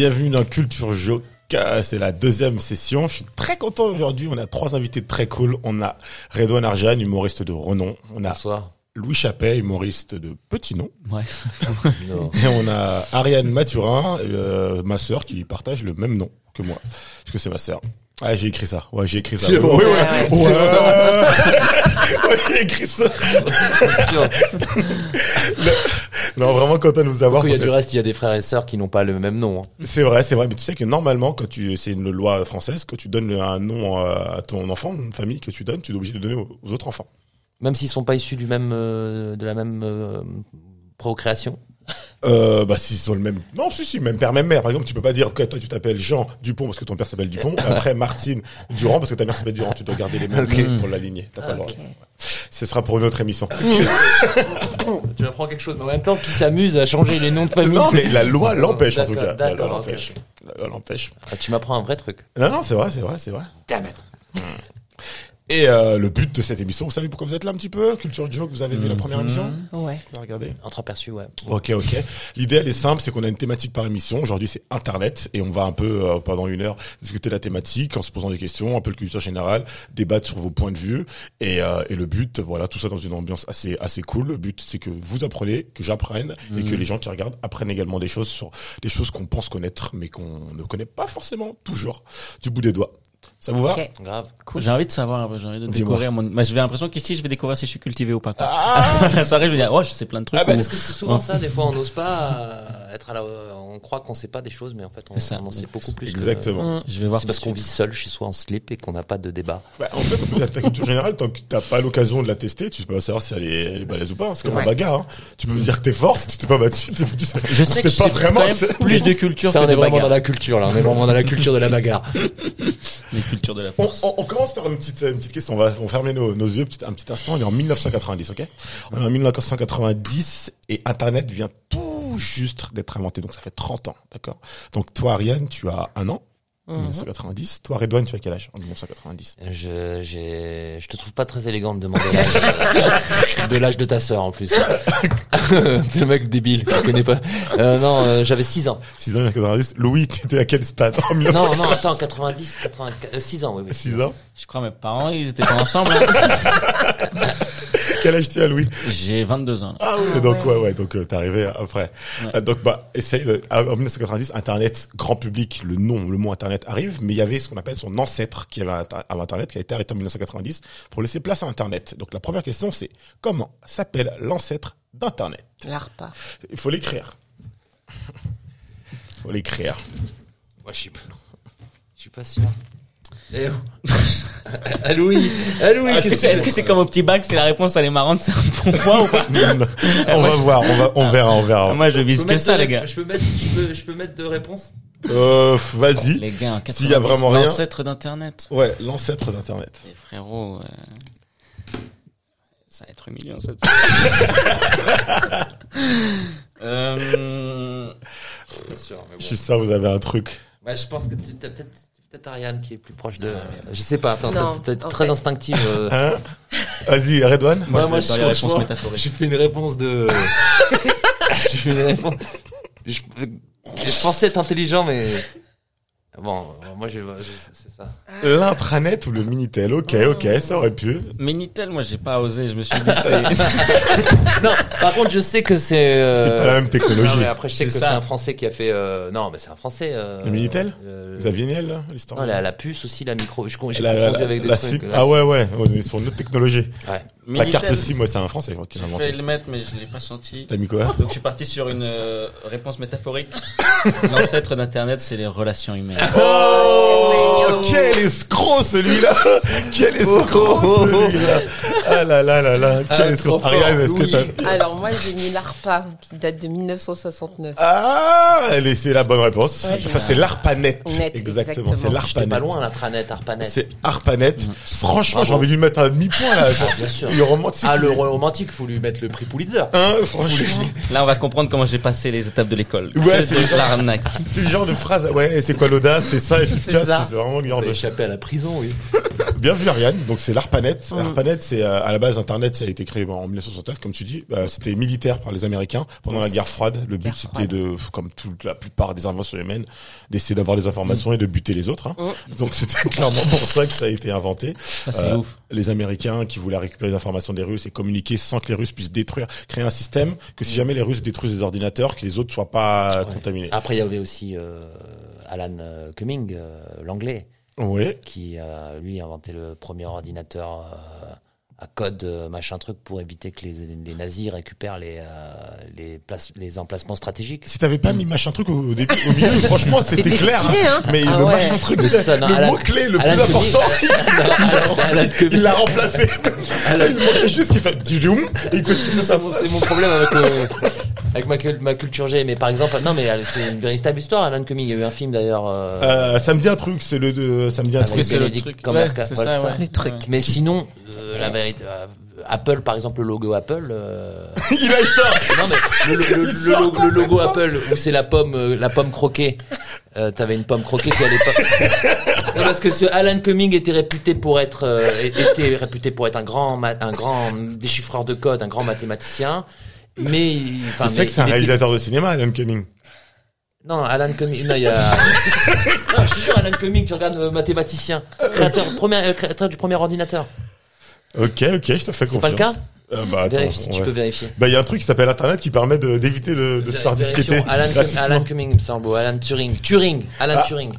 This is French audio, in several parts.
bienvenue dans Culture Joke. C'est la deuxième session. Je suis très content aujourd'hui. On a 3 invités très cool. On a Redouane Arjan, humoriste de renom. On a Bonsoir. Louis Chappet, humoriste de petit nom. Ouais. Et on a Ariane Mathurin, ma sœur, qui partage le même nom que moi. Parce que c'est ma sœur. Ah, j'ai écrit ça. Ouais, j'ai écrit ça. C'est bon. Ouais. Ouais, j'ai écrit ça. Non, vraiment content de vous avoir. Il y a du reste, il y a des frères et sœurs qui n'ont pas le même nom. Hein. C'est vrai. Mais tu sais que normalement, c'est une loi française, quand tu donnes un nom à ton enfant, une famille que tu donnes, tu es obligé de donner aux autres enfants. Même s'ils sont pas issus du même, de la même procréation. S'ils sont le même. Non, si, même père, même mère. Par exemple, tu peux pas dire que toi tu t'appelles Jean Dupont parce que ton père s'appelle Dupont. Et après Martine Durand parce que ta mère s'appelle Durand. Tu dois garder les mêmes noms pour l'aligner. T'as pas le droit. Ce sera pour une autre émission. Tu m'apprends quelque chose, mais en même temps, qui s'amuse à changer les noms de famille. Non, mais la loi l'empêche en tout cas. D'accord, La loi l'empêche. La loi l'empêche. Ah, tu m'apprends un vrai truc. Non, c'est vrai. Damn it. Et le but de cette émission, vous savez pourquoi vous êtes là un petit peu? Culture Joke, vous avez vu la première émission? Ouais. Vous avez regardé? Entreaperçu, ouais. Ok. L'idée, elle est simple, c'est qu'on a une thématique par émission. Aujourd'hui, c'est Internet. Et on va un peu, pendant 1 heure, discuter de la thématique en se posant des questions, un peu de culture générale, débattre sur vos points de vue. Et le but, voilà, tout ça dans une ambiance assez cool. Le but, c'est que vous apprenez, que j'apprenne, et que les gens qui regardent apprennent également des choses sur des choses qu'on pense connaître, mais qu'on ne connaît pas forcément toujours du bout des doigts. Ça vous va? Okay. Grave. Cool. J'ai envie de savoir, j'ai envie de Dis-moi. découvrir j'ai l'impression qu'ici, je vais découvrir si je suis cultivé ou pas, quoi. La soirée, je vais dire, je sais plein de trucs. Parce que c'est souvent ça, des fois, on n'ose pas être on croit qu'on sait pas des choses, mais en fait, on en sait beaucoup plus. Exactement. Je vais voir. C'est parce qu'on vit seul chez soi en slip et qu'on n'a pas de débat. En fait, ta culture générale, tant que t'as pas l'occasion de la tester, tu peux pas savoir si elle est balèze ou pas. C'est comme un bagarre, hein. Tu peux me dire que t'es fort, si tu t'es pas battu, je sais que pas vraiment. Quand même plus de culture Ça, que on de est vraiment bagarre. dans la culture, là. On est vraiment dans la culture de la bagarre. Les cultures de la force. On commence par une petite question. On va fermer nos yeux un petit instant. On est en 1990, ok? On est en 1990 et Internet vient tout juste d'être inventé. Donc ça fait 30 ans, d'accord? Donc toi, Ariane, tu as 1 an. 1990. Toi, Redouane, tu as quel âge en 1990? Je te trouve pas très élégant de demander l'âge, de l'âge de ta sœur, en plus. T'es le mec débile, tu connais pas. J'avais 6 ans. 6 ans, 1990. Louis, t'étais à quel stade? Non, attends, 6 ans, oui. 6 ans? Je crois mes parents, ils étaient pas ensemble. Hein. Quel âge tu as, Louis? J'ai 22 ans, là. Ah oui, donc ouais, donc t'es arrivé après. Ouais. Donc essaye en 1990, Internet, grand public, le mot Internet arrive, mais il y avait ce qu'on appelle son ancêtre qui avait Internet, qui a été arrêté en 1990 pour laisser place à Internet. Donc la première question, c'est comment s'appelle l'ancêtre d'Internet? L'ARPA. Il faut l'écrire. Moi, je suis pas sûr. Ah Louis, Est-ce que c'est comme au petit bac, si la réponse elle est marrante, c'est un bon point ou pas? On va voir, on verra. Moi, je vise que ça, les gars. Je peux mettre 2 réponses? Vas-y. Les gars, en 90, S'il y a vraiment rien. l'ancêtre d'Internet. Ouais, l'ancêtre d'Internet. Les frérots, ça va être humiliant, ça. Bien sûr, mais Je suis sûr, vous avez un truc. je pense que t'as peut-être Ariane qui est plus proche de. Je sais pas. Attends, Non, t'es très instinctive. Hein? Vas-y, Redouane. Moi, je vais je dans les réponses franchement, métaphoriques. j'ai fait une réponse de. J'ai fait une réponse. Je pensais être intelligent, mais bon, moi c'est ça. L'intranet ou le Minitel? Ok, ça aurait pu. Minitel, moi, j'ai pas osé. Je me suis dit, c'est... Non, par contre, je sais que c'est. C'est pas la même technologie. Non, mais après, je sais que C'est c'est ça. un Français qui a fait. Non, mais c'est un Français. Le Minitel? Xavier Niel, là, l'histoire. Non, la puce aussi, la micro. J'ai confondu La avec des trucs. SIM. Ah ouais, on est sur une autre technologie. Ouais. La carte SIM, moi, c'est un Français qui J'ai l'a failli inventé. le mettre, mais je l'ai pas senti. T'as mis quoi? Donc, je suis parti sur une réponse métaphorique. L'ancêtre d'Internet, c'est les relations humaines. Oh, quel escroc celui-là! Quel escroc celui-là! Ah là, quel escroc! trop Ariane, est-ce fort, que t'as... Alors moi j'ai mis l'ARPA qui date de 1969. Ah, c'est la bonne réponse. Ouais, Enfin, c'est l'ARPANET. Net, Exactement, c'est exactement. J'étais l'ARPANET. pas loin, l'intranet, ARPANET. C'est ARPANET. Franchement, j'ai Bravo. envie de lui mettre un demi-point, là. Bien sûr. Il est romantique. Ah, le romantique, faut lui mettre le prix Pulitzer. Hein, franchement. Là, on va comprendre comment j'ai passé les étapes de l'école. Ouais, Que c'est de l'arnaque. C'est le genre de phrase, ouais, c'est quoi l'audace, c'est ça, et tout C'est cas, ça. c'est vraiment le genre T'as de... échappé à la prison, oui. Bien vu Ariane, donc c'est l'ARPANET. L'ARPANET, c'est à la base Internet, ça a été créé en 1969, comme tu dis. C'était militaire par les Américains pendant la guerre froide. Le but c'était de, comme la plupart des inventions humaines, d'essayer d'avoir des informations et de buter les autres. Donc c'était clairement pour ça que ça a été inventé. Ça, c'est ouf. Les Américains qui voulaient récupérer les informations des Russes et communiquer sans que les Russes puissent créer un système que si jamais les Russes détruisent des ordinateurs, que les autres soient pas contaminés. Après, il y avait aussi Alan Cumming, l'anglais, qui lui a inventé le premier ordinateur à code machin truc pour éviter que les nazis récupèrent les emplacements stratégiques. Si t'avais pas mis machin truc au début, au milieu, franchement c'était clair. stylé, hein. Mais le machin truc, le mot clé le plus important, il l'a remplacé. Il manquait juste qu'il fait Dijoum et il continue ça. C'est mon problème avec ma culture G. Mais par exemple, non mais c'est une véritable histoire. Alan Cumming, il y a eu un film d'ailleurs. Ça me dit un truc, ça me dit un truc. C'est le truc. C'est ça, ouais. Le truc. Mais sinon, la vérité, Apple, par exemple, le logo Apple. Il a ça. Non mais le logo Apple où c'est la pomme croquée. T'avais une pomme croquée qui allait pas. Non, parce que ce Alan Cumming était réputé pour être un grand déchiffreur de code, un grand mathématicien. Mais enfin, c'est que c'est un réalisateur de cinéma, Alan Cumming. Non, Alan Cumming, non, il y a. Non, je suis sûr, Alan Cumming, tu regardes mathématicien, créateur du premier ordinateur. Ok, je te fais confiance. C'est pas le cas? Attends, tu peux vérifier. Il y a un truc qui s'appelle Internet qui permet d'éviter de se faire disqueter. Alan Cumming, il me semble. Alan Turing. Alan Turing.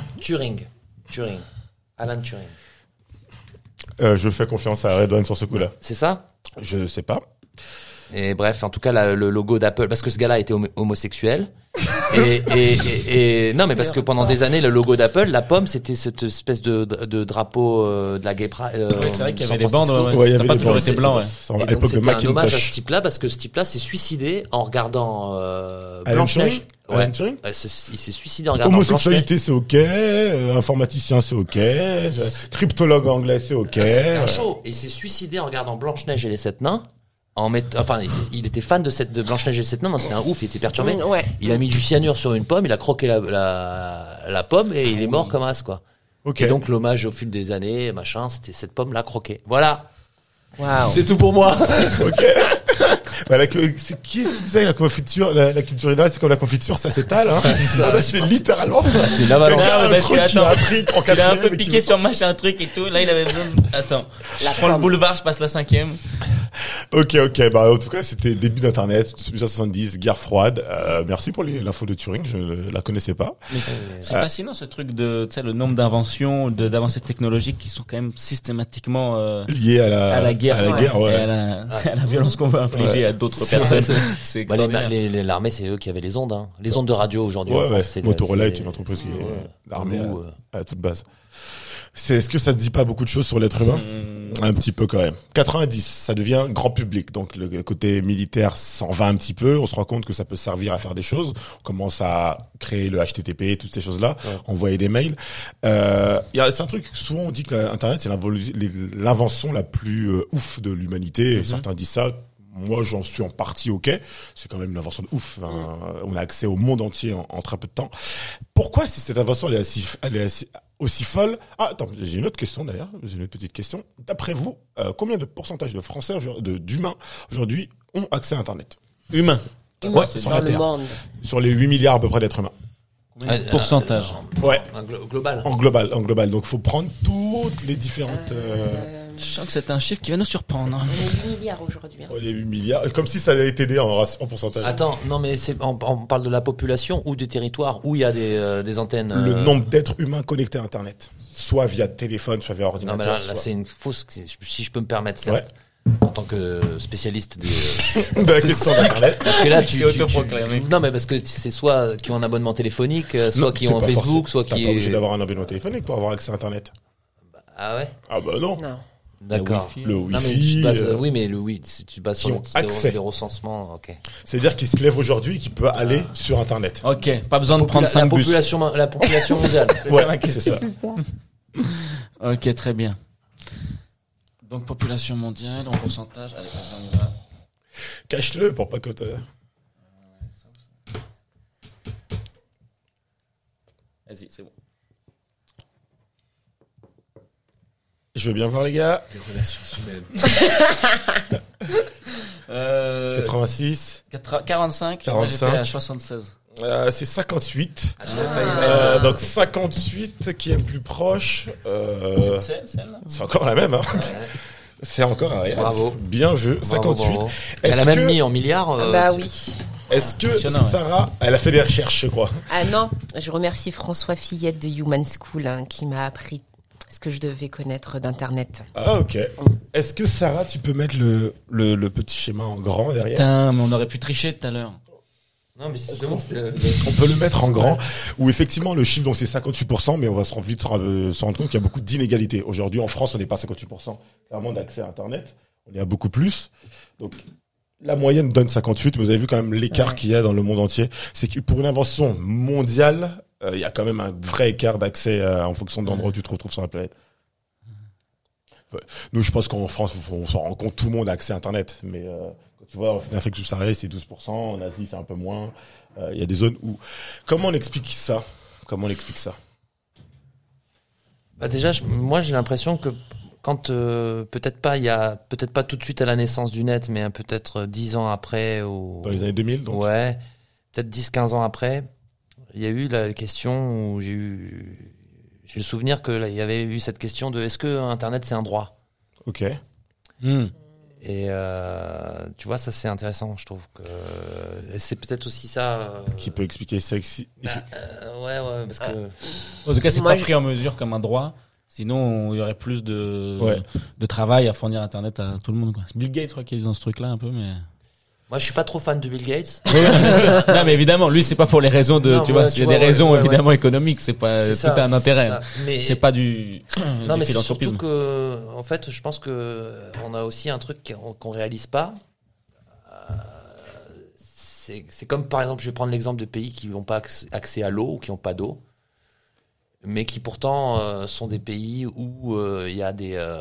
Alan Turing. Je fais confiance à Redouane sur ce coup-là. C'est ça? Je sais pas. Et bref, en tout cas, le logo d'Apple, parce que ce gars-là était homosexuel. Et non, mais parce que pendant des années, le logo d'Apple, la pomme, c'était cette espèce de drapeau de la Gay Pride. C'est vrai qu'il y avait des bandes, il y ça n'a pas toujours été blanc, ouais. À l'époque de Macintosh. Un hommage à ce type-là, parce que ce type-là s'est suicidé en regardant Blanche-Neige. Alan Turing. Il s'est suicidé en regardant Homosexualité, c'est ok. Informaticien, c'est ok. Cryptologue anglais, c'est ok. C'est un show. Et il s'est suicidé en regardant Blanche-Neige et les 7 nains. Il était fan de Blanche-Neige et les 7 nains, non, c'était un ouf, il était perturbé. Ouais. Il a mis du cyanure sur une pomme, il a croqué la pomme et il est mort comme as, quoi. Okay. Et donc, l'hommage au fil des années, machin, c'était cette pomme-là croquée. Voilà. Waouh. C'est tout pour moi. Ok. Qui est-ce qui disait la confiture, la culture idéale, c'est comme la confiture, ça s'étale, hein. C'est littéralement ça. C'est l'avalanche. Il a un peu piqué sur machin truc et tout. Là, il avait besoin attends. Je prends le boulevard, je passe la 5e. Ok. En tout cas, c'était début d'Internet, 1970, guerre froide. Merci pour l'info de Turing, je ne la connaissais pas. Mais c'est fascinant ce truc de, tu sais, le nombre d'inventions, d'avancées technologiques qui sont quand même systématiquement liées à la guerre, et à la violence qu'on veut infliger à d'autres personnes. C'est extraordinaire. L'armée, c'est eux qui avaient les ondes, hein. Les ondes de radio aujourd'hui. Motorola est une entreprise qui est l'armée à toute base. Est-ce que ça te dit pas beaucoup de choses sur l'être humain? Un petit peu quand même. 90, ça devient grand public. Donc le côté militaire s'en va un petit peu. On se rend compte que ça peut servir à faire des choses. On commence à créer le HTTP, toutes ces choses-là. Envoyer des mails. C'est un truc, souvent on dit que Internet c'est l'invention la plus ouf de l'humanité. Certains disent ça. Moi, j'en suis en partie ok. C'est quand même une invention de ouf. Enfin, on a accès au monde entier en très peu de temps. Pourquoi, si cette invention elle est aussi folle? Attends, j'ai une autre question d'ailleurs. J'ai une petite question. D'après vous, combien de pourcentage de Français, d'humains aujourd'hui, ont accès à Internet? Humain. Ouais, sur la Terre. Monde. Sur les 8 milliards à peu près d'êtres humains. Pourcentage. Ouais. Global. En global. Donc, faut prendre toutes les différentes. Je sens que c'est un chiffre qui va nous surprendre. On est 8 milliards aujourd'hui. Hein. Les 8 milliards. Comme si ça avait été aidé en pourcentage. Attends, non mais on parle de la population ou des territoires où il y a des antennes. Le nombre d'êtres humains connectés à Internet. Soit via téléphone, soit via ordinateur. Non mais là c'est une fausse, si je peux me permettre, certes. Ouais. En tant que spécialiste de la question d'Internet. Parce que là, non, mais parce que c'est soit qui ont un abonnement téléphonique, soit qui ont un Facebook, soit qui. T'es pas obligé d'avoir un abonnement téléphonique pour avoir accès à Internet. Ah ouais? Ah bah non. D'accord. Le Wi-Fi. Oui, mais tu bases sur des recensements, ok. C'est-à-dire qu'il se lève aujourd'hui et qu'il peut aller sur Internet. Ok. Pas besoin de prendre 5 bus. La population mondiale. C'est ça ma question. C'est ça. Ok, très bien. Donc, population mondiale, en pourcentage. Allez, on y va. Cache-le pour pas que Vas-y, c'est bon. Je veux bien voir les gars. Les relations humaines. 86. 45. Moi, j'étais à 76. C'est 58. J'ai failli mettre- Donc 58 qui est plus proche. C'est celle-là. C'est encore la même. Hein. C'est encore un réel. Bravo. Bien joué. 58. Bravo. Elle a même mis en milliards. Bah oui. Est-ce que Impressionnant, ouais. Sarah, elle a fait des recherches, je crois. Ah non, je remercie François Fillette de Human School qui m'a appris ce que je devais connaître d'Internet. Ah ok. Est-ce que Sarah, tu peux mettre le petit schéma en grand derrière? Putain, mais on aurait pu tricher tout à l'heure. Non, mais justement, On peut le mettre en grand, où effectivement le chiffre donc c'est 58%, mais on va se rendre vite se rendre compte qu'il y a beaucoup d'inégalités. Aujourd'hui en France, on n'est pas à 58%. Clairement d'accès à Internet, on est à beaucoup plus. Donc la moyenne donne 58, mais vous avez vu quand même l'écart qu'il y a dans le monde entier. C'est que pour une invention mondiale, il y a quand même un vrai écart d'accès en fonction de l'endroit où tu te retrouves sur la planète. Ouais. Nous, je pense qu'en France, on s'en rend compte, tout le monde a accès à Internet, mais quand tu vois, en Afrique subsaharienne, c'est 12%, en Asie, c'est un peu moins. Il y a des zones où... Comment on explique ça? Bah déjà, moi j'ai l'impression que quand peut-être pas tout de suite à la naissance du net, mais peut-être 10 ans après ou Dans les années 2000, donc. ouais, peut-être 10-15 ans après, il y a eu la question où j'ai le souvenir que là, il y avait eu cette question de est-ce que Internet c'est un droit? Ok. Et tu vois, ça c'est intéressant, je trouve que et c'est peut-être aussi ça. Qui peut expliquer ça ici? Ouais, parce que En tout cas, c'est Moi, pas pris en mesure comme un droit. Sinon, il y aurait plus de travail à fournir Internet à tout le monde, quoi. C'est Bill Gates, je crois, qui est dans ce truc-là un peu, mais. moi je suis pas trop fan de Bill Gates. Non, mais évidemment, lui, c'est pas pour les raisons de, Non, tu vois, ouais, il y tu a vois, des raisons ouais, évidemment économiques. C'est pas C'est tout ça, un intérêt. ça. Mais C'est pas du non, du mais c'est philanthropisme. surtout que, en fait, je pense que on a aussi un truc qu'on réalise pas. C'est comme, par exemple, je vais prendre l'exemple de pays qui n'ont pas accès à l'eau ou qui n'ont pas d'eau, mais qui pourtant sont des pays où il y a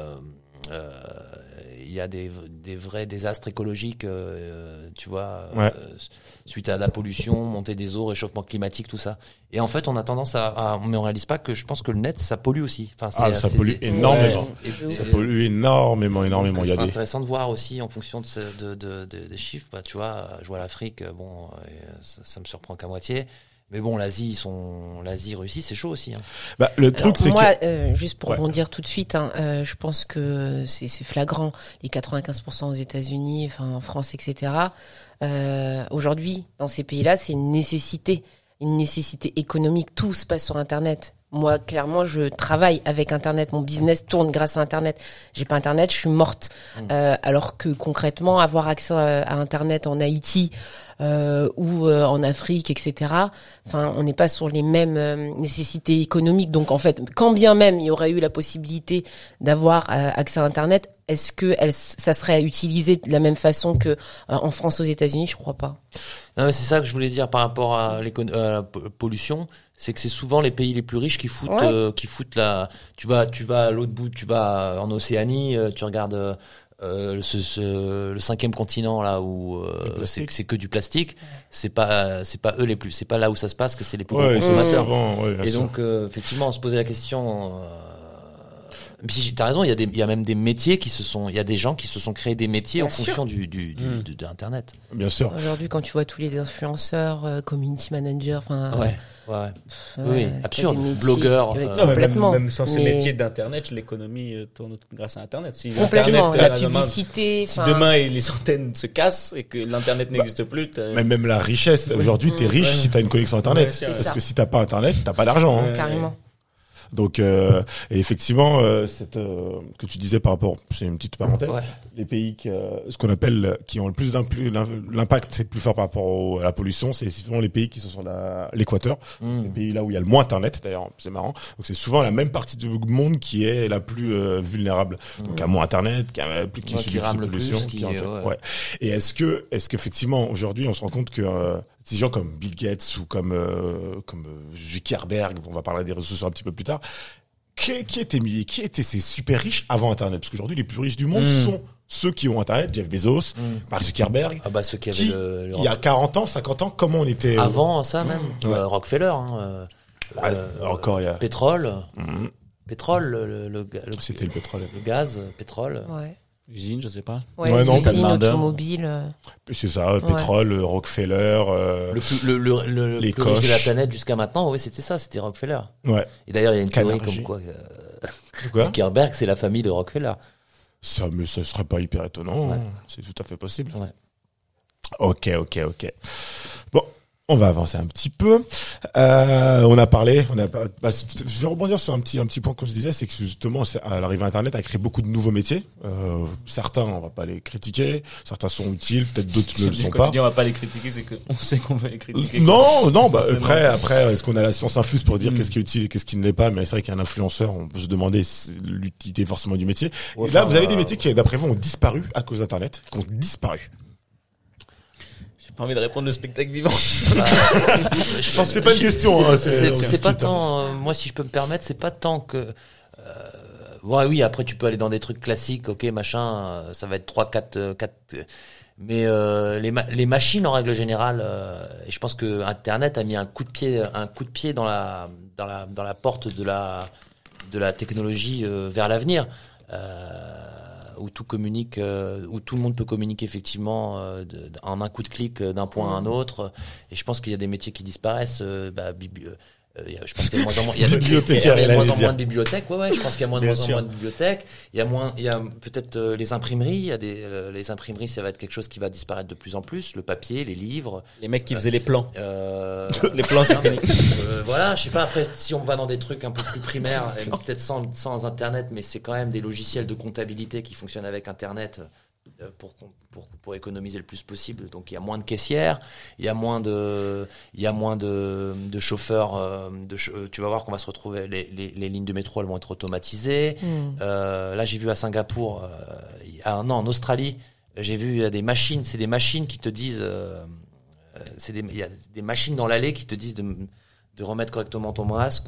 des vrais désastres écologiques, tu vois, suite à la pollution, montée des eaux, réchauffement climatique, tout ça. Et en fait, on a tendance mais on réalise pas que je pense que le net, ça pollue aussi. Enfin, Ça pollue énormément. Et Ça pollue énormément. Il y c'est a des... intéressant de voir aussi en fonction des chiffres. Bah, tu vois, je vois l'Afrique, bon, ça me surprend qu'à moitié. Mais bon, l'Asie, Russie, c'est chaud aussi. Hein. Bah, le truc, c'est moi, que... juste pour rebondir tout de suite, je pense que c'est flagrant. Les 95% aux États-Unis, enfin en France, etc. Aujourd'hui, dans ces pays-là, c'est une nécessité économique. Tout se passe sur Internet. Moi, clairement, je travaille avec Internet. Mon business tourne grâce à Internet. J'ai pas Internet, je suis morte. Alors que concrètement, avoir accès à Internet en Haïti ou en Afrique, etc. Enfin, on n'est pas sur les mêmes nécessités économiques. Donc, en fait, quand bien même il y aurait eu la possibilité d'avoir accès à Internet, est-ce que ça serait utilisé de la même façon que en France, aux États-Unis? Je crois pas. Non, mais c'est ça que je voulais dire par rapport à la pollution, c'est que c'est souvent les pays les plus riches qui foutent la. Tu vas à l'autre bout, tu vas en Océanie, tu regardes le 5e continent là où c'est que du plastique. C'est pas eux les plus, c'est pas là où ça se passe que c'est les plus gros consommateurs. Et donc effectivement, on se posait la question. Puis t'as raison, il y a même des métiers il y a des gens qui se sont créés des métiers Bien en fonction de Internet. Bien sûr. Aujourd'hui, quand tu vois tous les influenceurs, community managers, enfin. Oui, absurde. Blogueur. Non, mais Complètement. même sans ces Mais- métiers d'Internet, l'économie tourne grâce à Internet. Si Complètement. Internet, La demain, publicité. si enfin, demain les antennes se cassent et que l'Internet n'existe plus, Mais même la richesse. Aujourd'hui, t'es riche si t'as une connexion Internet. Ouais, c'est Parce ça. que si t'as pas Internet, t'as pas d'argent. Hein. carrément. Donc, et effectivement, que tu disais par rapport, c'est une petite parenthèse, les pays ce qu'on appelle, qui ont le plus l'impact, c'est plus fort par rapport à la pollution, c'est souvent les pays qui sont sur l'équateur, les pays là où il y a le moins Internet, d'ailleurs, c'est marrant. Donc c'est souvent la même partie du monde qui est la plus vulnérable. Donc à moins Internet, qui subit rame plus de le pollution, plus, Et est-ce qu'effectivement aujourd'hui on se rend compte que des gens comme Bill Gates ou comme Zuckerberg, on va parler des réseaux sociaux un petit peu plus tard, qui étaient ces super riches avant Internet? Parce qu'aujourd'hui, les plus riches du monde sont ceux qui ont Internet, Jeff Bezos, Mark Zuckerberg. Ah bah ceux qui avaient il y a 40 ans, 50 ans, comment on était... Avant ça même, Rockefeller, encore il y a... pétrole. Pétrole, C'était le pétrole. le gaz, pétrole. Ouais. Usine, je sais pas. Ouais, non, usine, main d'œuvre. automobile. C'est ça, pétrole, Rockefeller. Le Les plus riche de la coches. planète jusqu'à maintenant, oui, c'était ça, c'était Rockefeller. Ouais. Et d'ailleurs, il y a une théorie Carnegie. comme quoi Quoi Zuckerberg, c'est la famille de Rockefeller. Ça, mais ça serait pas hyper étonnant. Ouais. Hein. C'est tout à fait possible. Ouais. Ok. Bon, on va avancer un petit peu. On a parlé, je vais rebondir sur un petit point comme je disais, c'est que justement, l'arrivée Internet a créé beaucoup de nouveaux métiers. Certains, on va pas les critiquer, certains sont utiles, peut-être d'autres ne le sont Quand pas. tu dis on va pas les critiquer, c'est qu'on sait qu'on va les critiquer. Non, bah Forcément. après, est-ce qu'on a la science infuse pour dire qu'est-ce qui est utile et qu'est-ce qui ne l'est pas? Mais c'est vrai qu'un influenceur, on peut se demander l'utilité forcément du métier. Ouais, et là, enfin, vous avez des métiers qui, d'après vous, ont disparu à cause d'Internet, qui ont disparu. J'ai pas envie de répondre le spectacle vivant. Je pense C'est pas une question, hein, c'est pas c'est tant, moi, si je peux me permettre, c'est pas tant que, ouais, oui, après, tu peux aller dans des trucs classiques, ok, machin, ça va être 4, mais, les machines, en règle générale, et je pense que Internet a mis un coup de pied dans la porte de la technologie, vers l'avenir. Où tout communique, où tout le monde peut communiquer effectivement en un coup de clic d'un point à un autre. Et je pense qu'il y a des métiers qui disparaissent. Je pense qu'il y a de moins en moins. Il y a Bibliothécaire, de il moins allait en dire. moins de bibliothèques. Ouais. Je pense qu'il y a moins Bien en sûr. moins de bibliothèques. Il y a peut-être les imprimeries. Il y a les imprimeries, ça va être quelque chose qui va disparaître de plus en plus. Le papier, les livres. Les mecs qui faisaient les plans. Les plans, c'est fini. Voilà, je sais pas. Après, si on va dans des trucs un peu plus primaires, peut-être sans Internet, mais c'est quand même des logiciels de comptabilité qui fonctionnent avec Internet pour économiser le plus possible. Donc il y a moins de caissières, il y a moins de chauffeurs. Tu vas voir qu'on va se retrouver. Les lignes de métro, elles vont être automatisées. Là, j'ai vu à Singapour, en Australie, j'ai vu il y a des machines. C'est des machines qui te disent. Il y a des machines dans l'allée qui te disent de remettre correctement ton masque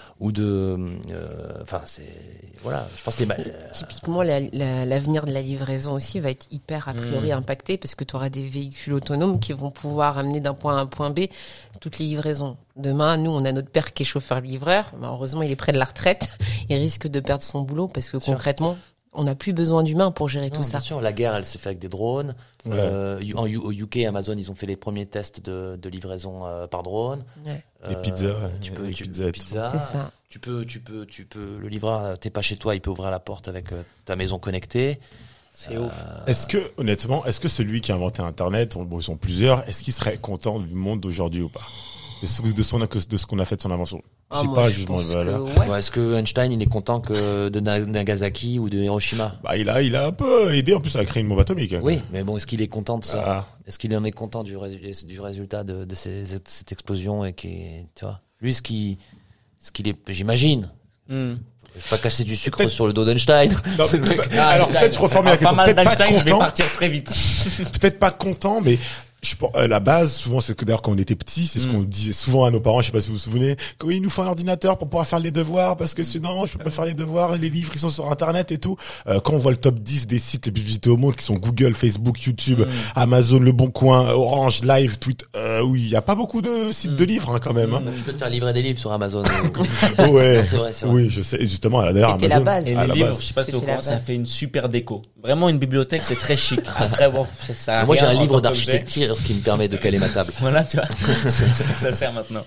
enfin c'est voilà, je pense que Typiquement, l'avenir de la livraison aussi va être hyper a priori impacté parce que tu auras des véhicules autonomes qui vont pouvoir amener d'un point A à un point B toutes les livraisons. Demain, nous, on a notre père qui est chauffeur-livreur. Heureusement, il est près de la retraite. Il risque de perdre son boulot parce que concrètement, on n'a plus besoin d'humains pour gérer tout ça. Bien sûr, la guerre, elle se fait avec des drones. Ouais. Au UK, Amazon, ils ont fait les premiers tests de livraison par drone. Ouais. Les pizzas, Pizza. C'est ça. Tu peux, le livreur, t'es pas chez toi, il peut ouvrir la porte avec ta maison connectée. C'est ouf. Est-ce que celui qui a inventé Internet, bon, ils sont plusieurs, est-ce qu'il serait content du monde d'aujourd'hui ou pas? De ce qu'on a fait de son invention? Ah, C'est moi, pas un je jugement de pense que valeur. ouais. Ouais, est-ce que Einstein, il est content que de Nagasaki ou de Hiroshima? Bah, il a un peu aidé, en plus, à créer une bombe atomique. Hein. Oui, mais bon, est-ce qu'il est content de ça? Ah. Est-ce qu'il en est content du résultat de cette explosion et qui, tu vois? Lui, ce qu'il est, j'imagine. Je vais pas casser du sucre Peut-être- sur le dos d'Einstein. Non, alors peut-être je reformule la Pas question. mal Peut-être pas d'Einstein, je vais content, partir très vite. peut-être pas content, mais la base, souvent, c'est que d'ailleurs quand on était petit, c'est ce qu'on disait souvent à nos parents. Je sais pas si vous vous souvenez. Que oui, il nous faut un ordinateur pour pouvoir faire les devoirs parce que sinon, je peux pas faire les devoirs. Les livres, ils sont sur Internet et tout. Quand on voit le top 10 des sites les plus visités au monde, qui sont Google, Facebook, YouTube, Amazon, Le Bon Coin, Orange, Live, Twitter, oui, il y a pas beaucoup de sites de livres hein, quand même. Hein. Tu peux te faire livrer des livres sur Amazon. Ouais. Non, c'est vrai. Oui, je sais. Et justement, d'ailleurs, C'était la Amazon. base. Et à les la livres, base. je sais pas si t'es au C'était la courant, ça base. fait une super déco. Vraiment, une bibliothèque, c'est très chic. Après, bon, ça a Moi, j'ai rien un en livre tant qu'objet. d'architecture qui me permet de caler ma table. Voilà, tu vois. ça sert maintenant.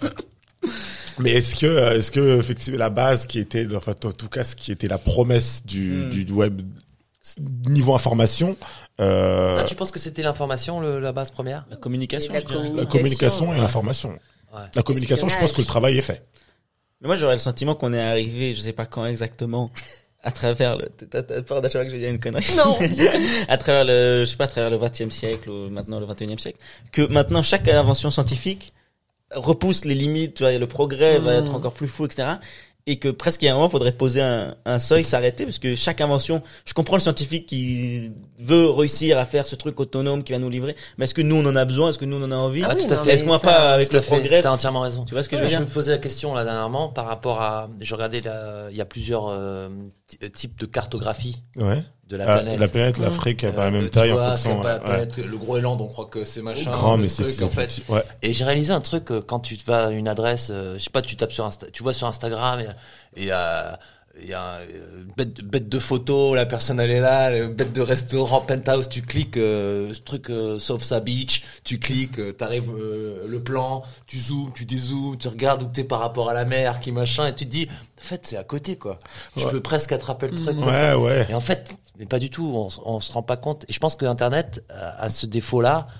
Mais est-ce que effectivement la base qui était, enfin en tout cas ce qui était la promesse du web niveau information, Ah, tu penses que c'était l'information, la base première? La communication, Et je dirais. la communication et ouais. l'information. Ouais. La communication, je pense que le travail est fait. Mais moi, j'aurais le sentiment qu'on est arrivé, je sais pas quand exactement, à travers t'as peur d'acheter que je vais dire une connerie? Non. à travers je sais pas, à travers le 20e siècle ou maintenant le 21e siècle, que maintenant chaque invention scientifique repousse les limites, tu vois, le progrès va être encore plus fou, etc. Et que presque il y a un moment, faudrait poser un seuil, s'arrêter, parce que chaque invention, je comprends le scientifique qui veut réussir à faire ce truc autonome qui va nous livrer, mais est-ce que nous on en a besoin, est-ce que nous on en a envie? Ah oui, tout à non, fait. mais Est-ce qu'on va ça- pas, avec Tout à le fait. progrès, T'as entièrement raison. tu vois ce que je Ouais, veux dire? me posais la question là dernièrement par rapport à, je regardais il y a plusieurs types de cartographie Ouais. de la Ah, planète. la planète, l'Afrique a pas la même Tu taille en vois, fonction. c'est pas la ouais. planète, le Groenland, on croit que c'est machin. Grand, le mais c'est truc, en fait. petit. Ouais. Et j'ai réalisé un truc quand tu vas à une adresse, je sais pas, tu tapes sur tu vois sur Instagram et il y a bête de photo, la personne elle est là, bête de restaurant, penthouse, tu cliques ce truc sauf sa beach, tu cliques, t'arrives le plan, tu zoomes, tu dézoomes, tu regardes où t'es par rapport à la mer, qui machin, et tu te dis en fait c'est à côté quoi. Je peux presque attraper le truc. Comme ça. Ouais. Et en fait, mais pas du tout, on se rend pas compte. Et je pense que Internet a ce défaut-là.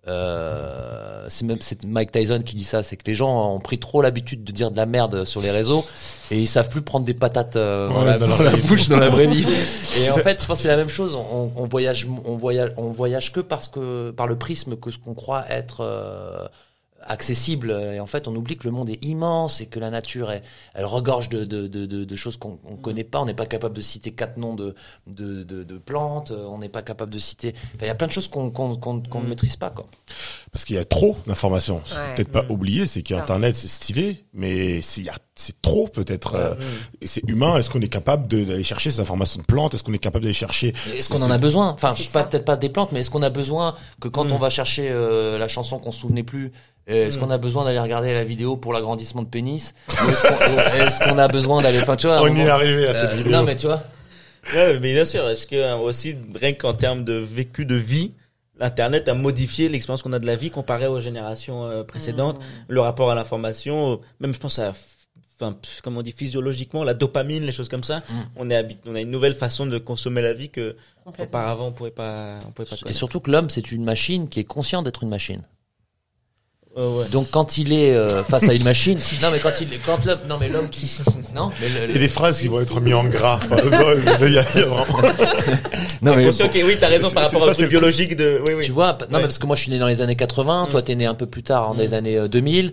C'est Mike Tyson qui dit ça, c'est que les gens ont pris trop l'habitude de dire de la merde sur les réseaux et ils savent plus prendre des patates dans la bouche dans la vraie vie. Et en fait, je pense que c'est la même chose. On voyage que parce que par le prisme que ce qu'on croit être accessible, et en fait on oublie que le monde est immense et que la nature elle regorge de choses qu'on connaît pas. On n'est pas capable de citer 4 noms de plantes, on n'est pas capable de citer, il y a plein de choses qu'on ne maîtrise pas quoi. Parce qu'il y a trop d'informations. Peut-être pas oublier, c'est qu'Internet c'est stylé, mais c'est trop peut-être. Et c'est humain. Est-ce qu'on est capable d'aller chercher ces informations de plantes? Est-ce qu'on est capable d'aller chercher? Est-ce qu'on en a besoin? Enfin, je sais pas, peut-être pas des plantes, mais est-ce qu'on a besoin que quand on va chercher la chanson qu'on se souvenait plus, est-ce qu'on a besoin d'aller regarder la vidéo pour l'agrandissement de pénis? Est-ce qu'on a besoin d'aller, enfin, tu vois. On y est arrivé à cette vidéo. Non, mais tu vois. Ouais, mais bien sûr. Est-ce que aussi, rien qu'en termes de vécu de vie, l'Internet a modifié l'expérience qu'on a de la vie comparé aux générations précédentes, le rapport à l'information, même je pense comme on dit physiologiquement, la dopamine, les choses comme ça. On a une nouvelle façon de consommer la vie que auparavant on pouvait pas connaître. Et surtout que l'homme, c'est une machine qui est conscient d'être une machine. Ouais. Donc quand il est face à une machine, l'homme qui, non, mais il y a des phrases qui vont être mises en gras. Il y a vraiment. Non mais conscient que oui, t'as raison par rapport au truc biologique de. Oui. Tu vois, non mais parce que moi je suis né dans les années 80, toi t'es né un peu plus tard, dans les années 2000,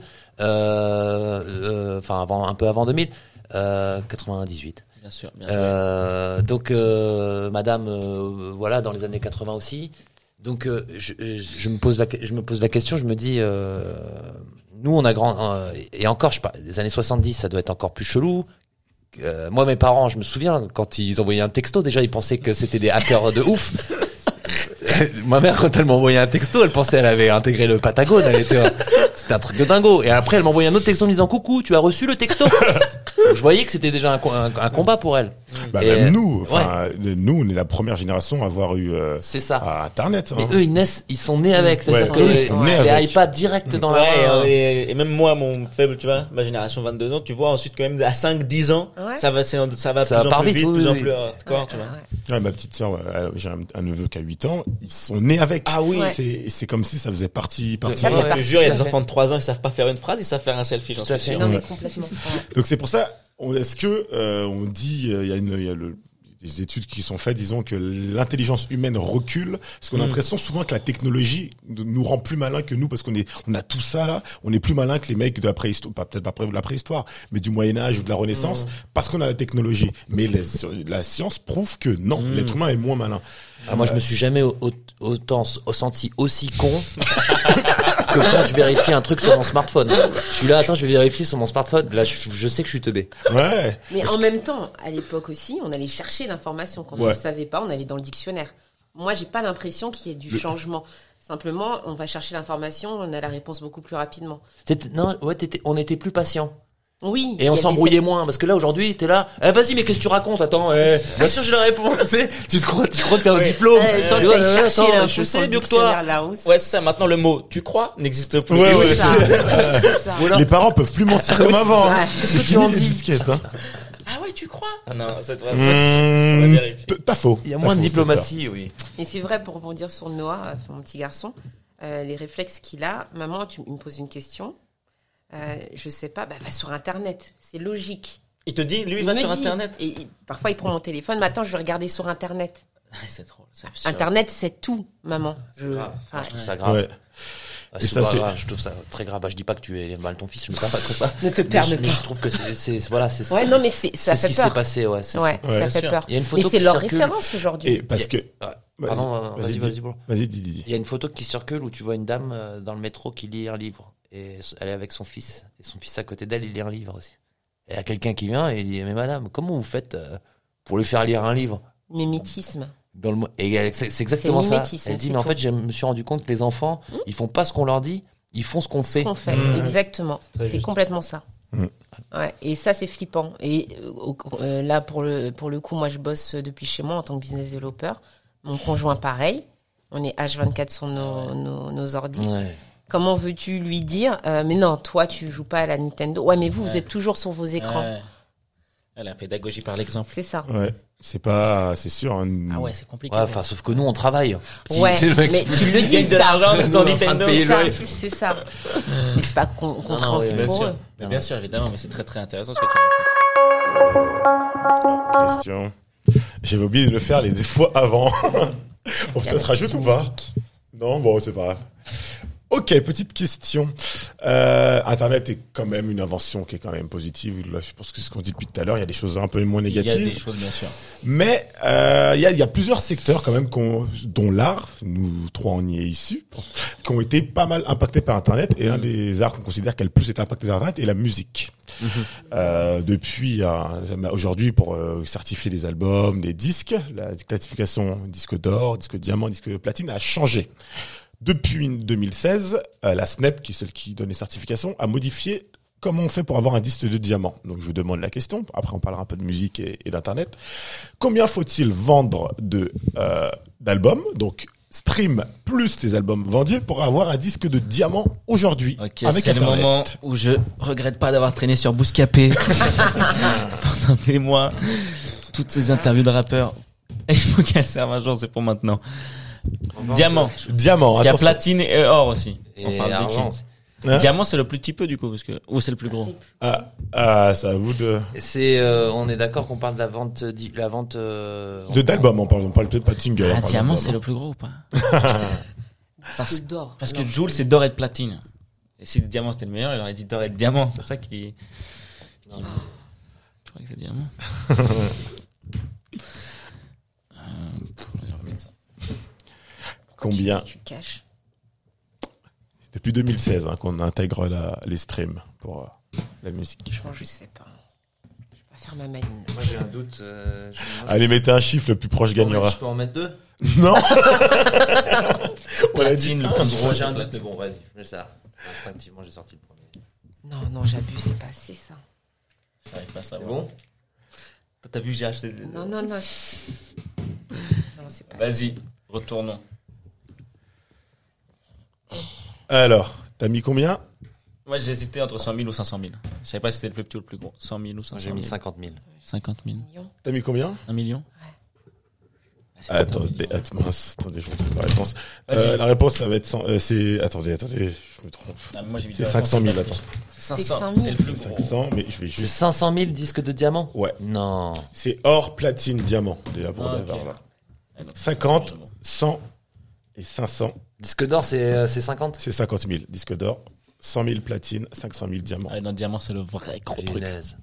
enfin un peu avant 2000, 98. Bien sûr. Donc madame, voilà, dans les années 80 aussi. Donc je me pose la question, je me dis nous on a et encore je sais pas, les années 70 ça doit être encore plus chelou. Moi mes parents, je me souviens quand ils envoyaient un texto, déjà ils pensaient que c'était des hackers de ouf. Ma mère quand elle m'envoyait un texto, elle pensait qu'elle avait intégré le Patagone, c'était un truc de dingo. Et après elle m'envoyait un autre texto en me disant coucou, tu as reçu le texto. Donc, je voyais que c'était déjà un combat pour elle. Même nous, nous on est la première génération à avoir eu c'est ça. Internet. Mais eux ils sont nés avec, c'est-à-dire que ils sont nés les avec. iPads direct dans la main. Et même moi mon faible, tu vois, ma génération 22 ans, tu vois ensuite quand même à 5-10 ans, ça va plus en plus vite, plus en plus hardcore, tu vois. Ouais, ma petite sœur, j'ai un neveu qui a 8 ans, ils sont nés avec. Ah oui. C'est comme si ça faisait partie. Je te jure, il y a des enfants de 3 ans qui savent pas faire une phrase, ils savent faire un selfie, j'en suis sûr. Non mais complètement. Donc c'est pour ça, est-ce que on dit, il y a des études qui sont faites, disons que l'intelligence humaine recule, parce qu'on a l'impression souvent que la technologie nous rend plus malins que nous, parce on a tout ça là, on est plus malins que les mecs de la préhistoire, peut-être pas de la préhistoire, mais du Moyen-Âge ou de la Renaissance, parce qu'on a la technologie. Mais la science prouve que non, l'être humain est moins malin. Moi, je me suis jamais autant senti aussi con que quand je vérifie un truc sur mon smartphone. Je suis là, attends, je vais vérifier sur mon smartphone. Là, je sais que je suis teubé. Ouais. Mais en même temps, à l'époque aussi, on allait chercher l'information. Quand on ne savait pas, on allait dans le dictionnaire. Moi, j'ai pas l'impression qu'il y ait du changement. Simplement, on va chercher l'information, on a la réponse beaucoup plus rapidement. On était plus patient. Oui. Et on s'embrouillait moins, parce que là, aujourd'hui, t'es là, vas-y, mais qu'est-ce que tu racontes? Attends, bien sûr, j'ai la réponse, tu sais. Tu crois que t'as un diplôme. Je sais mieux que toi. Ouais, c'est ça. Maintenant, le mot tu crois n'existe plus. Ouais. C'est ça. Les parents peuvent plus mentir comme avant. Qu'est-ce que tu fini en les dis? disquettes, hein. Ah ouais, tu crois? Ah non, ça devrait on va vérifier. T'as faux. Il y a moins de diplomatie, oui. Et c'est vrai, pour rebondir sur Noah, mon petit garçon, les réflexes qu'il a. Maman, tu me poses une question. Je sais pas, va sur Internet. C'est logique. Il te dit, lui, il va sur Internet. Et parfois, il prend mon téléphone. Mais attends, je vais regarder sur Internet. C'est drôle, c'est absurde. Internet, c'est tout, maman. Je trouve ça grave. Ouais. Je trouve ça très grave. Je dis pas que tu es mal ton fils, je ne sais pas comme ça. Ne te permets pas. Mais je trouve que c'est Ouais, non, mais ça fait ce qui peur. s'est passé, ouais. Ça fait peur. Il y a une photo et c'est qui leur circule. référence aujourd'hui. Et parce que. Pardon, vas-y. Vas-y, dis. Il y a une photo qui circule où tu vois une dame dans le métro qui lit un livre. Et elle est avec son fils. Et son fils à côté d'elle, il lit un livre aussi. Et il y a quelqu'un qui vient et il dit, mais madame, comment vous faites pour lui faire lire un livre? Mimétisme. Et c'est exactement ça. Elle dit, mais en tout. fait, je me suis rendu compte que les enfants, ils font pas ce qu'on leur dit, ils font ce qu'on fait. Exactement. C'est complètement ça. Ouais, et ça c'est flippant. Et là pour le coup, moi je bosse depuis chez moi en tant que business developer. Mon conjoint pareil. On est H24 sur nos ordi. Ouais. Comment veux-tu lui dire mais non, toi tu joues pas à la Nintendo. Ouais, mais vous êtes toujours sur vos écrans. La pédagogie par l'exemple. C'est ça. Ouais. C'est sûr. Hein. Ah ouais, c'est compliqué. Ouais, enfin, sauf que nous, on travaille. Ouais, Si, mais tu le Tu dis gagnes de ça. l'argent de ton Nous, on est en train de Nintendo. payer le- C'est ça. Mais c'est pas compréhensible bien pour sûr. eux. Mais bien sûr, évidemment, mais c'est très très intéressant ce que tu racontes. Question. J'avais oublié de le faire les fois avant. Bon, ça se rajoute ou pas? Non, bon, c'est pas grave. Ok, petite question. Internet est quand même une invention qui est quand même positive. Là, je pense que c'est ce qu'on dit depuis tout à l'heure. Il y a des choses un peu moins Il y a négatives. des choses, bien sûr. Mais il y a plusieurs secteurs quand même dont l'art, nous trois on y est issus, qui ont été pas mal impactés par Internet. Et un des arts qu'on considère qui a le plus été impacté par Internet est la musique. Depuis aujourd'hui, pour certifier les albums, les disques, la classification disque d'or, disque diamant, disque platine a changé. Depuis 2016, la SNEP, qui est celle qui donne les certifications, a modifié comment on fait pour avoir un disque de diamant. Donc je vous demande la question, après on parlera un peu de musique et d'internet. Combien faut-il vendre d'albums, donc stream plus les albums vendus, pour avoir un disque de diamant aujourd'hui Ok, avec c'est Internet? le moment où je regrette pas d'avoir traîné sur Bouscapé pendant des mois. Toutes ces interviews de rappeurs. Et il faut qu'elles servent un jour, c'est pour maintenant. Diamant. Diamant, Parce qu'il y a attention. platine et or aussi. On Et parle de argent. qui Hein? Diamant, c'est le plus petit peu du coup, parce que ou c'est le plus gros. C'est à vous de On est d'accord qu'on parle de la vente, d'albums, on parle pas de single. on Ah, parle diamant, d'album. c'est le plus gros ou pas? Disque d'or. Parce que Joule, c'est d'or et de platine. Et si le diamant c'était le meilleur, il aurait dit d'or et de diamant. C'est ça qui. Je crois que c'est diamant. On va remettre ça. Combien? Tu caches. Depuis 2016 qu'on intègre les streams pour la musique. Franchement, je sais pas. Je vais pas faire ma maline. Moi, j'ai un doute. Allez, mettez un chiffre, le plus proche gagnera. Je peux en mettre 2? Non. Platine, le plus gros. Moi, j'ai un doute, mais bon, vas-y, je ça. Instinctivement, j'ai sorti le premier. Non, j'abuse, c'est pas assez ça. J'arrive pas à C'est savoir. bon? T'as vu, j'ai acheté des... Non. Non, c'est pas. Vas-y, retournons. Alors, t'as mis combien? Moi, j'ai hésité entre 100 000 ou 500 000. Je savais pas si c'était le plus petit ou le plus gros. 100 000 ou 500 J'ai 000. mis 50 000. 50 000. T'as mis combien? 1 million? Attendez, je retrouve la réponse. Vas-y. La réponse, ça va être attendez, je me trompe. Ah, moi, j'ai mis C'est la 500 000, réponse, attends. C'est 500 500 000. c'est le plus gros. 500, mais je vais C'est juste. 500 000 disques de diamant? Ouais. Non. C'est or, platine, diamant. Déjà pour Ah, d'avoir, ok. là. Ah, donc, 50, c'est bon. 100 et 500. Disque d'or, c'est 50? C'est 50 000 disques d'or, 100 000 platine, 500 000 diamants. Allez, dans le diamant, c'est le vrai gros truc. Punaise.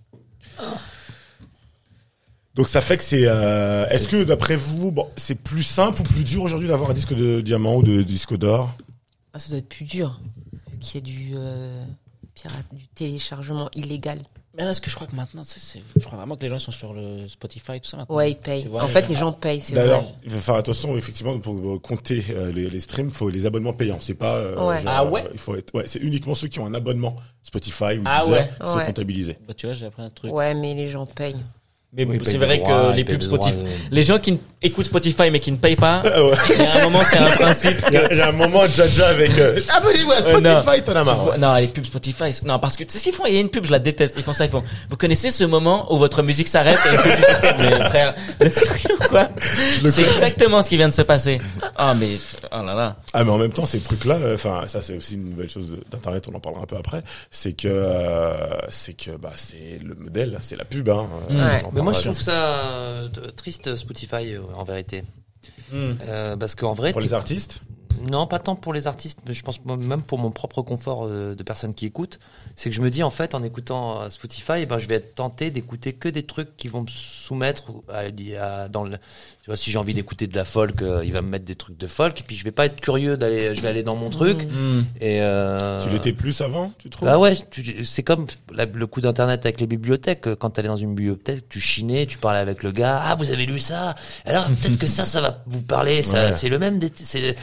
Donc ça fait que c'est. Est-ce que d'après vous, c'est plus simple ou plus dur aujourd'hui d'avoir un disque de diamant ou de disque d'or? Ah, ça doit être plus dur. Vu qu'il y a du téléchargement illégal. Mais là, ce que je crois que maintenant, je crois vraiment que les gens sont sur le Spotify, tout ça maintenant. Ouais, ils payent. Tu vois, En fait, les gens payent, c'est D'ailleurs, vrai. il faut faire attention, effectivement, pour compter les streams, il faut les abonnements payants. C'est pas. Ouais. Ah ouais? Il faut être. Ouais, c'est uniquement ceux qui ont un abonnement Spotify ou Ah Deezer ouais. qui sont Ouais. comptabilisés. Bah, tu vois, j'ai appris un truc. Ouais, mais les gens payent. Mais Oui, ils c'est payent vrai des droits, que les ils payent pubs des droits Spotify, de- les gens qui écoutent Spotify mais qui ne payent pas, Ah ouais. il y a un moment, c'est un principe. Il y a un moment, Jaja avec. Abonnez-vous à Spotify, t'en as marre. Non, les pubs Spotify, non, parce que tu sais ce qu'ils font, il y a une pub, je la déteste, ils font ça, vous connaissez ce moment où votre musique s'arrête et une publicité, mais frère, vous êtes sérieux ou quoi? C'est exactement ce qui vient de se passer. Ah, mais, oh là là. Ah, mais en même temps, ces trucs-là, enfin, ça, c'est aussi une nouvelle chose d'Internet, on en parlera un peu après. C'est que c'est le modèle, c'est la pub, hein. Ouais. On en Mais moi, parlera je trouve ça triste, Spotify, en vérité. Hmm. Parce qu'en vrai, pour les artistes. non, pas tant pour les artistes, mais je pense même pour mon propre confort de personnes qui écoutent, c'est que je me dis en fait en écoutant Spotify, je vais être tenté d'écouter que des trucs qui vont me soumettre dans le. Tu vois, si j'ai envie d'écouter de la folk, il va me mettre des trucs de folk, et puis je vais pas être curieux je vais aller dans mon truc. Hmm. Et Tu l'étais plus avant, tu trouves? bah ouais, c'est comme le coup d'internet avec les bibliothèques. Quand t'allais dans une bibliothèque, tu chinais, tu parlais avec le gars. Ah, vous avez lu ça? Alors peut-être que ça va vous parler. Ça, Ouais. c'est le même.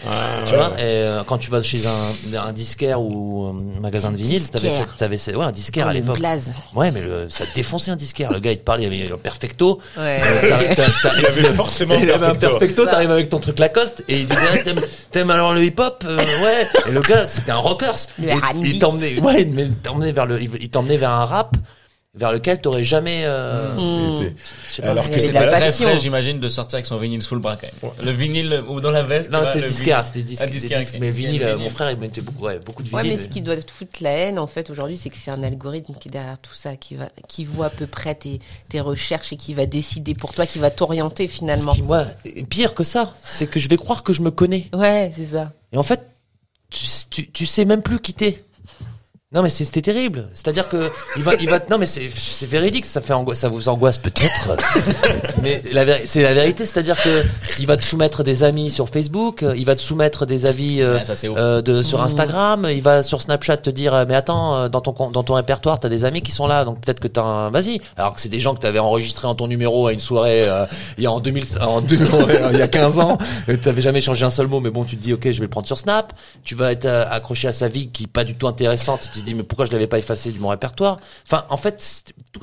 Tu vois, et quand tu vas chez un disquaire ou un magasin de vinyle, t'avais un disquaire à l'époque. Blaze. Ouais, mais ça te défonçait un disquaire. Le gars, il te parlait, il y avait un perfecto. Ouais. Il avait forcément un perfecto, t'arrives avec ton truc Lacoste et il disait t'aimes alors le hip-hop ouais. Et le gars, c'était un rockers. Il t'emmenait vers un rap vers lequel t'aurais jamais alors que c'est pas très frais, j'imagine, de sortir avec son vinyle sous le bras quand même. Le vinyle ou dans la veste. Non, c'était disquaire, mais vinyle, mon frère il mettait beaucoup de vinyle. Ouais, mais ce qui doit te foutre la haine en fait aujourd'hui, c'est que c'est un algorithme qui est derrière tout ça, qui voit à peu près tes recherches et qui va décider pour toi, qui va t'orienter finalement. Moi, pire que ça, c'est que je vais croire que je me connais. Ouais, c'est ça. Et en fait, tu sais même plus qui t'es. Non mais c'était terrible. C'est-à-dire que il va non mais c'est véridique, ça vous angoisse peut-être. Mais c'est la vérité, c'est-à-dire que il va te soumettre des amis sur Facebook, il va te soumettre des avis sur Instagram, il va sur Snapchat te dire mais attends, dans ton répertoire, t'as des amis qui sont là, donc peut-être que vas-y. Alors que c'est des gens que t'avais enregistrés en ton numéro à une soirée il y a 15 ans, t'avais jamais changé un seul mot, mais bon, tu te dis OK, je vais le prendre sur Snap, tu vas être accroché à sa vie qui est pas du tout intéressante. Tu te dis mais pourquoi je l'avais pas effacé de mon répertoire. Enfin en fait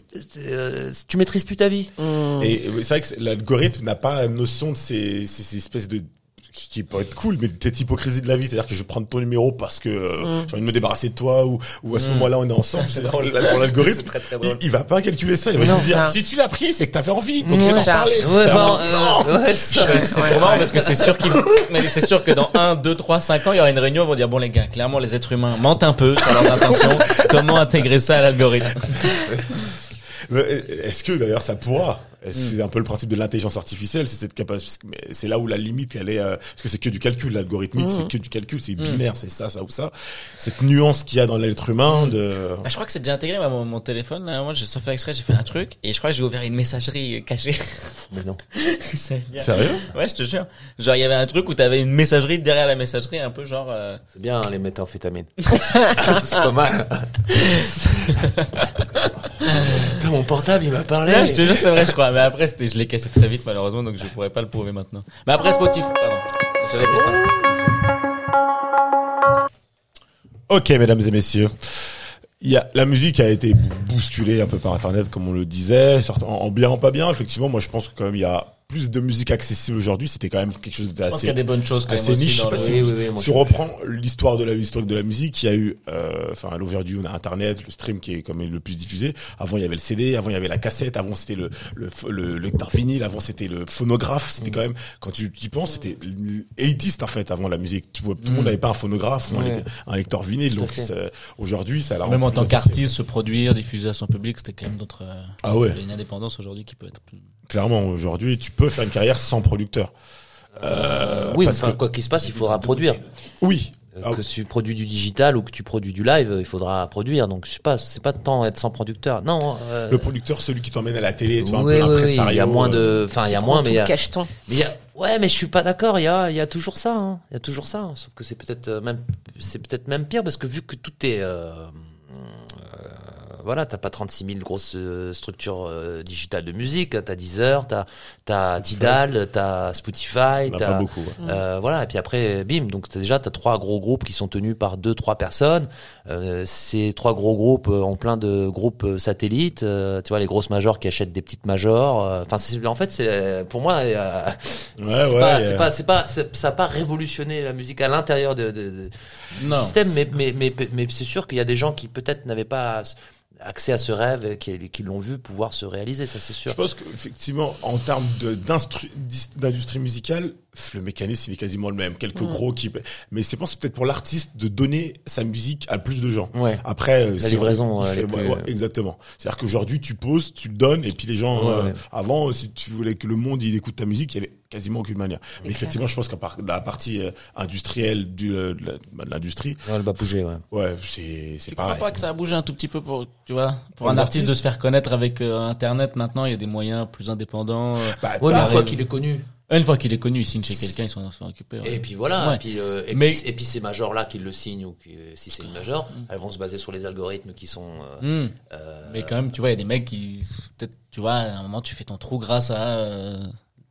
tu maîtrises plus ta vie. Et c'est vrai que l'algorithme n'a pas notion de ces espèces de qui peut être cool, mais cette hypocrisie de la vie, c'est-à-dire que je vais prendre ton numéro parce que j'ai envie de me débarrasser de toi ou à ce moment-là on est ensemble. C'est pour l'algorithme, il va pas calculer ça, il va juste dire si tu l'as pris, c'est que t'as fait envie, donc je vais t'en parler. C'est trop marrant parce que c'est sûr que dans 1, 2, 3, 5 ans, il y aura une réunion, ils vont dire bon les gars, clairement les êtres humains mentent un peu sur leurs intentions, comment intégrer ça à l'algorithme? Est-ce que d'ailleurs ça pourra? C'est un peu le principe de l'intelligence artificielle, c'est cette capacité, mais c'est là où la limite elle est, parce que c'est que du calcul, l'algorithmique, c'est que du calcul, c'est binaire, c'est ça ou ça. Cette nuance qu'il y a dans l'être humain je crois que c'est déjà intégré, mon téléphone, là, moi, sans faire exprès, j'ai fait un truc, et je crois que j'ai ouvert une messagerie cachée. Mais non. Sérieux? Ouais, je te jure. Genre, il y avait un truc où t'avais une messagerie derrière la messagerie, un peu genre, C'est bien, les méthamphétamines. C'est pas mal. Putain, mon portable, il m'a parlé. Ouais, je te jure, c'est vrai, je crois. Mais après, je l'ai cassé très vite, malheureusement, donc je pourrais pas le prouver maintenant. Mais après, Spotify, pardon. J'avais Ok, mesdames et messieurs. La musique a été bousculée un peu par Internet, comme on le disait, en bien, en pas bien. Effectivement, moi, je pense que quand même, il y a plus de musique accessible aujourd'hui. C'était quand même quelque chose d'assez, qu'il y a des bonnes choses quand assez même niche. aussi Si on reprend l'histoire de la musique, il y a eu, aujourd'hui, on a Internet, le stream qui est comme le plus diffusé. Avant, il y avait le CD, avant, il y avait la cassette, avant, c'était le lecteur vinyle, avant, c'était le phonographe. C'était quand même, quand tu y penses, c'était élitiste, en fait, avant la musique. Tu vois, tout le monde n'avait pas un phonographe ou un lecteur vinyle. Donc, aujourd'hui, ça l'a même en tant qu'artiste, se produire, diffuser à son public, c'était quand même d'autres, une indépendance aujourd'hui qui peut être plus... Clairement, aujourd'hui, tu peux faire une carrière sans producteur. Oui, enfin, quoi qu'il se passe, il faudra produire. Oui. Que tu produis du digital ou que tu produis du live, il faudra produire. Donc, je sais pas, c'est pas tant être sans producteur. Non. Le producteur, celui qui t'emmène à la télé, tu vois, un oui, peu l'impresario. Il y a moins il y a moins, mais il y a... cacheton. Ouais, mais je suis pas d'accord. Il y a toujours ça, hein. Il y a toujours ça. Sauf que c'est peut-être même pire parce que vu que tout est, voilà, t'as pas 36 000 grosses structures digitales de musique, t'as Deezer, t'as Tidal, t'as Spotify, t'as pas beaucoup. Ouais. Voilà, et puis après bim, donc t'as 3 gros groupes qui sont tenus par 2-3 personnes. Ces 3 gros groupes ont plein de groupes satellites, tu vois les grosses majors qui achètent des petites majors. Enfin en fait c'est pour moi ça a pas révolutionné la musique à l'intérieur du système, mais c'est sûr qu'il y a des gens qui peut-être n'avaient pas accès à ce rêve, qui l'ont vu pouvoir se réaliser, ça c'est sûr. Je pense qu'effectivement, en termes d'industrie musicale, le mécanisme il est quasiment le même. Quelques gros qui, mais c'est peut-être pour l'artiste de donner sa musique à plus de gens. Ouais. Après, la livraison. Exactement. C'est-à-dire qu'aujourd'hui tu poses, tu le donnes, et puis les gens. Avant, si tu voulais que le monde il écoute ta musique, il y avait quasiment aucune manière. Mais effectivement, je pense qu'à part la partie industrielle de l'industrie, elle va bouger. Ouais, c'est tu pareil. crois pas que ça a bougé un tout petit peu pour un artiste de se faire connaître avec Internet maintenant, il y a des moyens plus indépendants. Une fois qu'il est connu. Une fois qu'il est connu, il signe chez quelqu'un, ils sont occupés. Ouais. Et puis voilà. Ouais. Et puis ces majors là qui le signent ou si c'est une major, elles vont se baser sur les algorithmes qui sont. Mais quand même, tu vois, il y a des mecs qui peut-être, tu vois, à un moment tu fais ton trou grâce à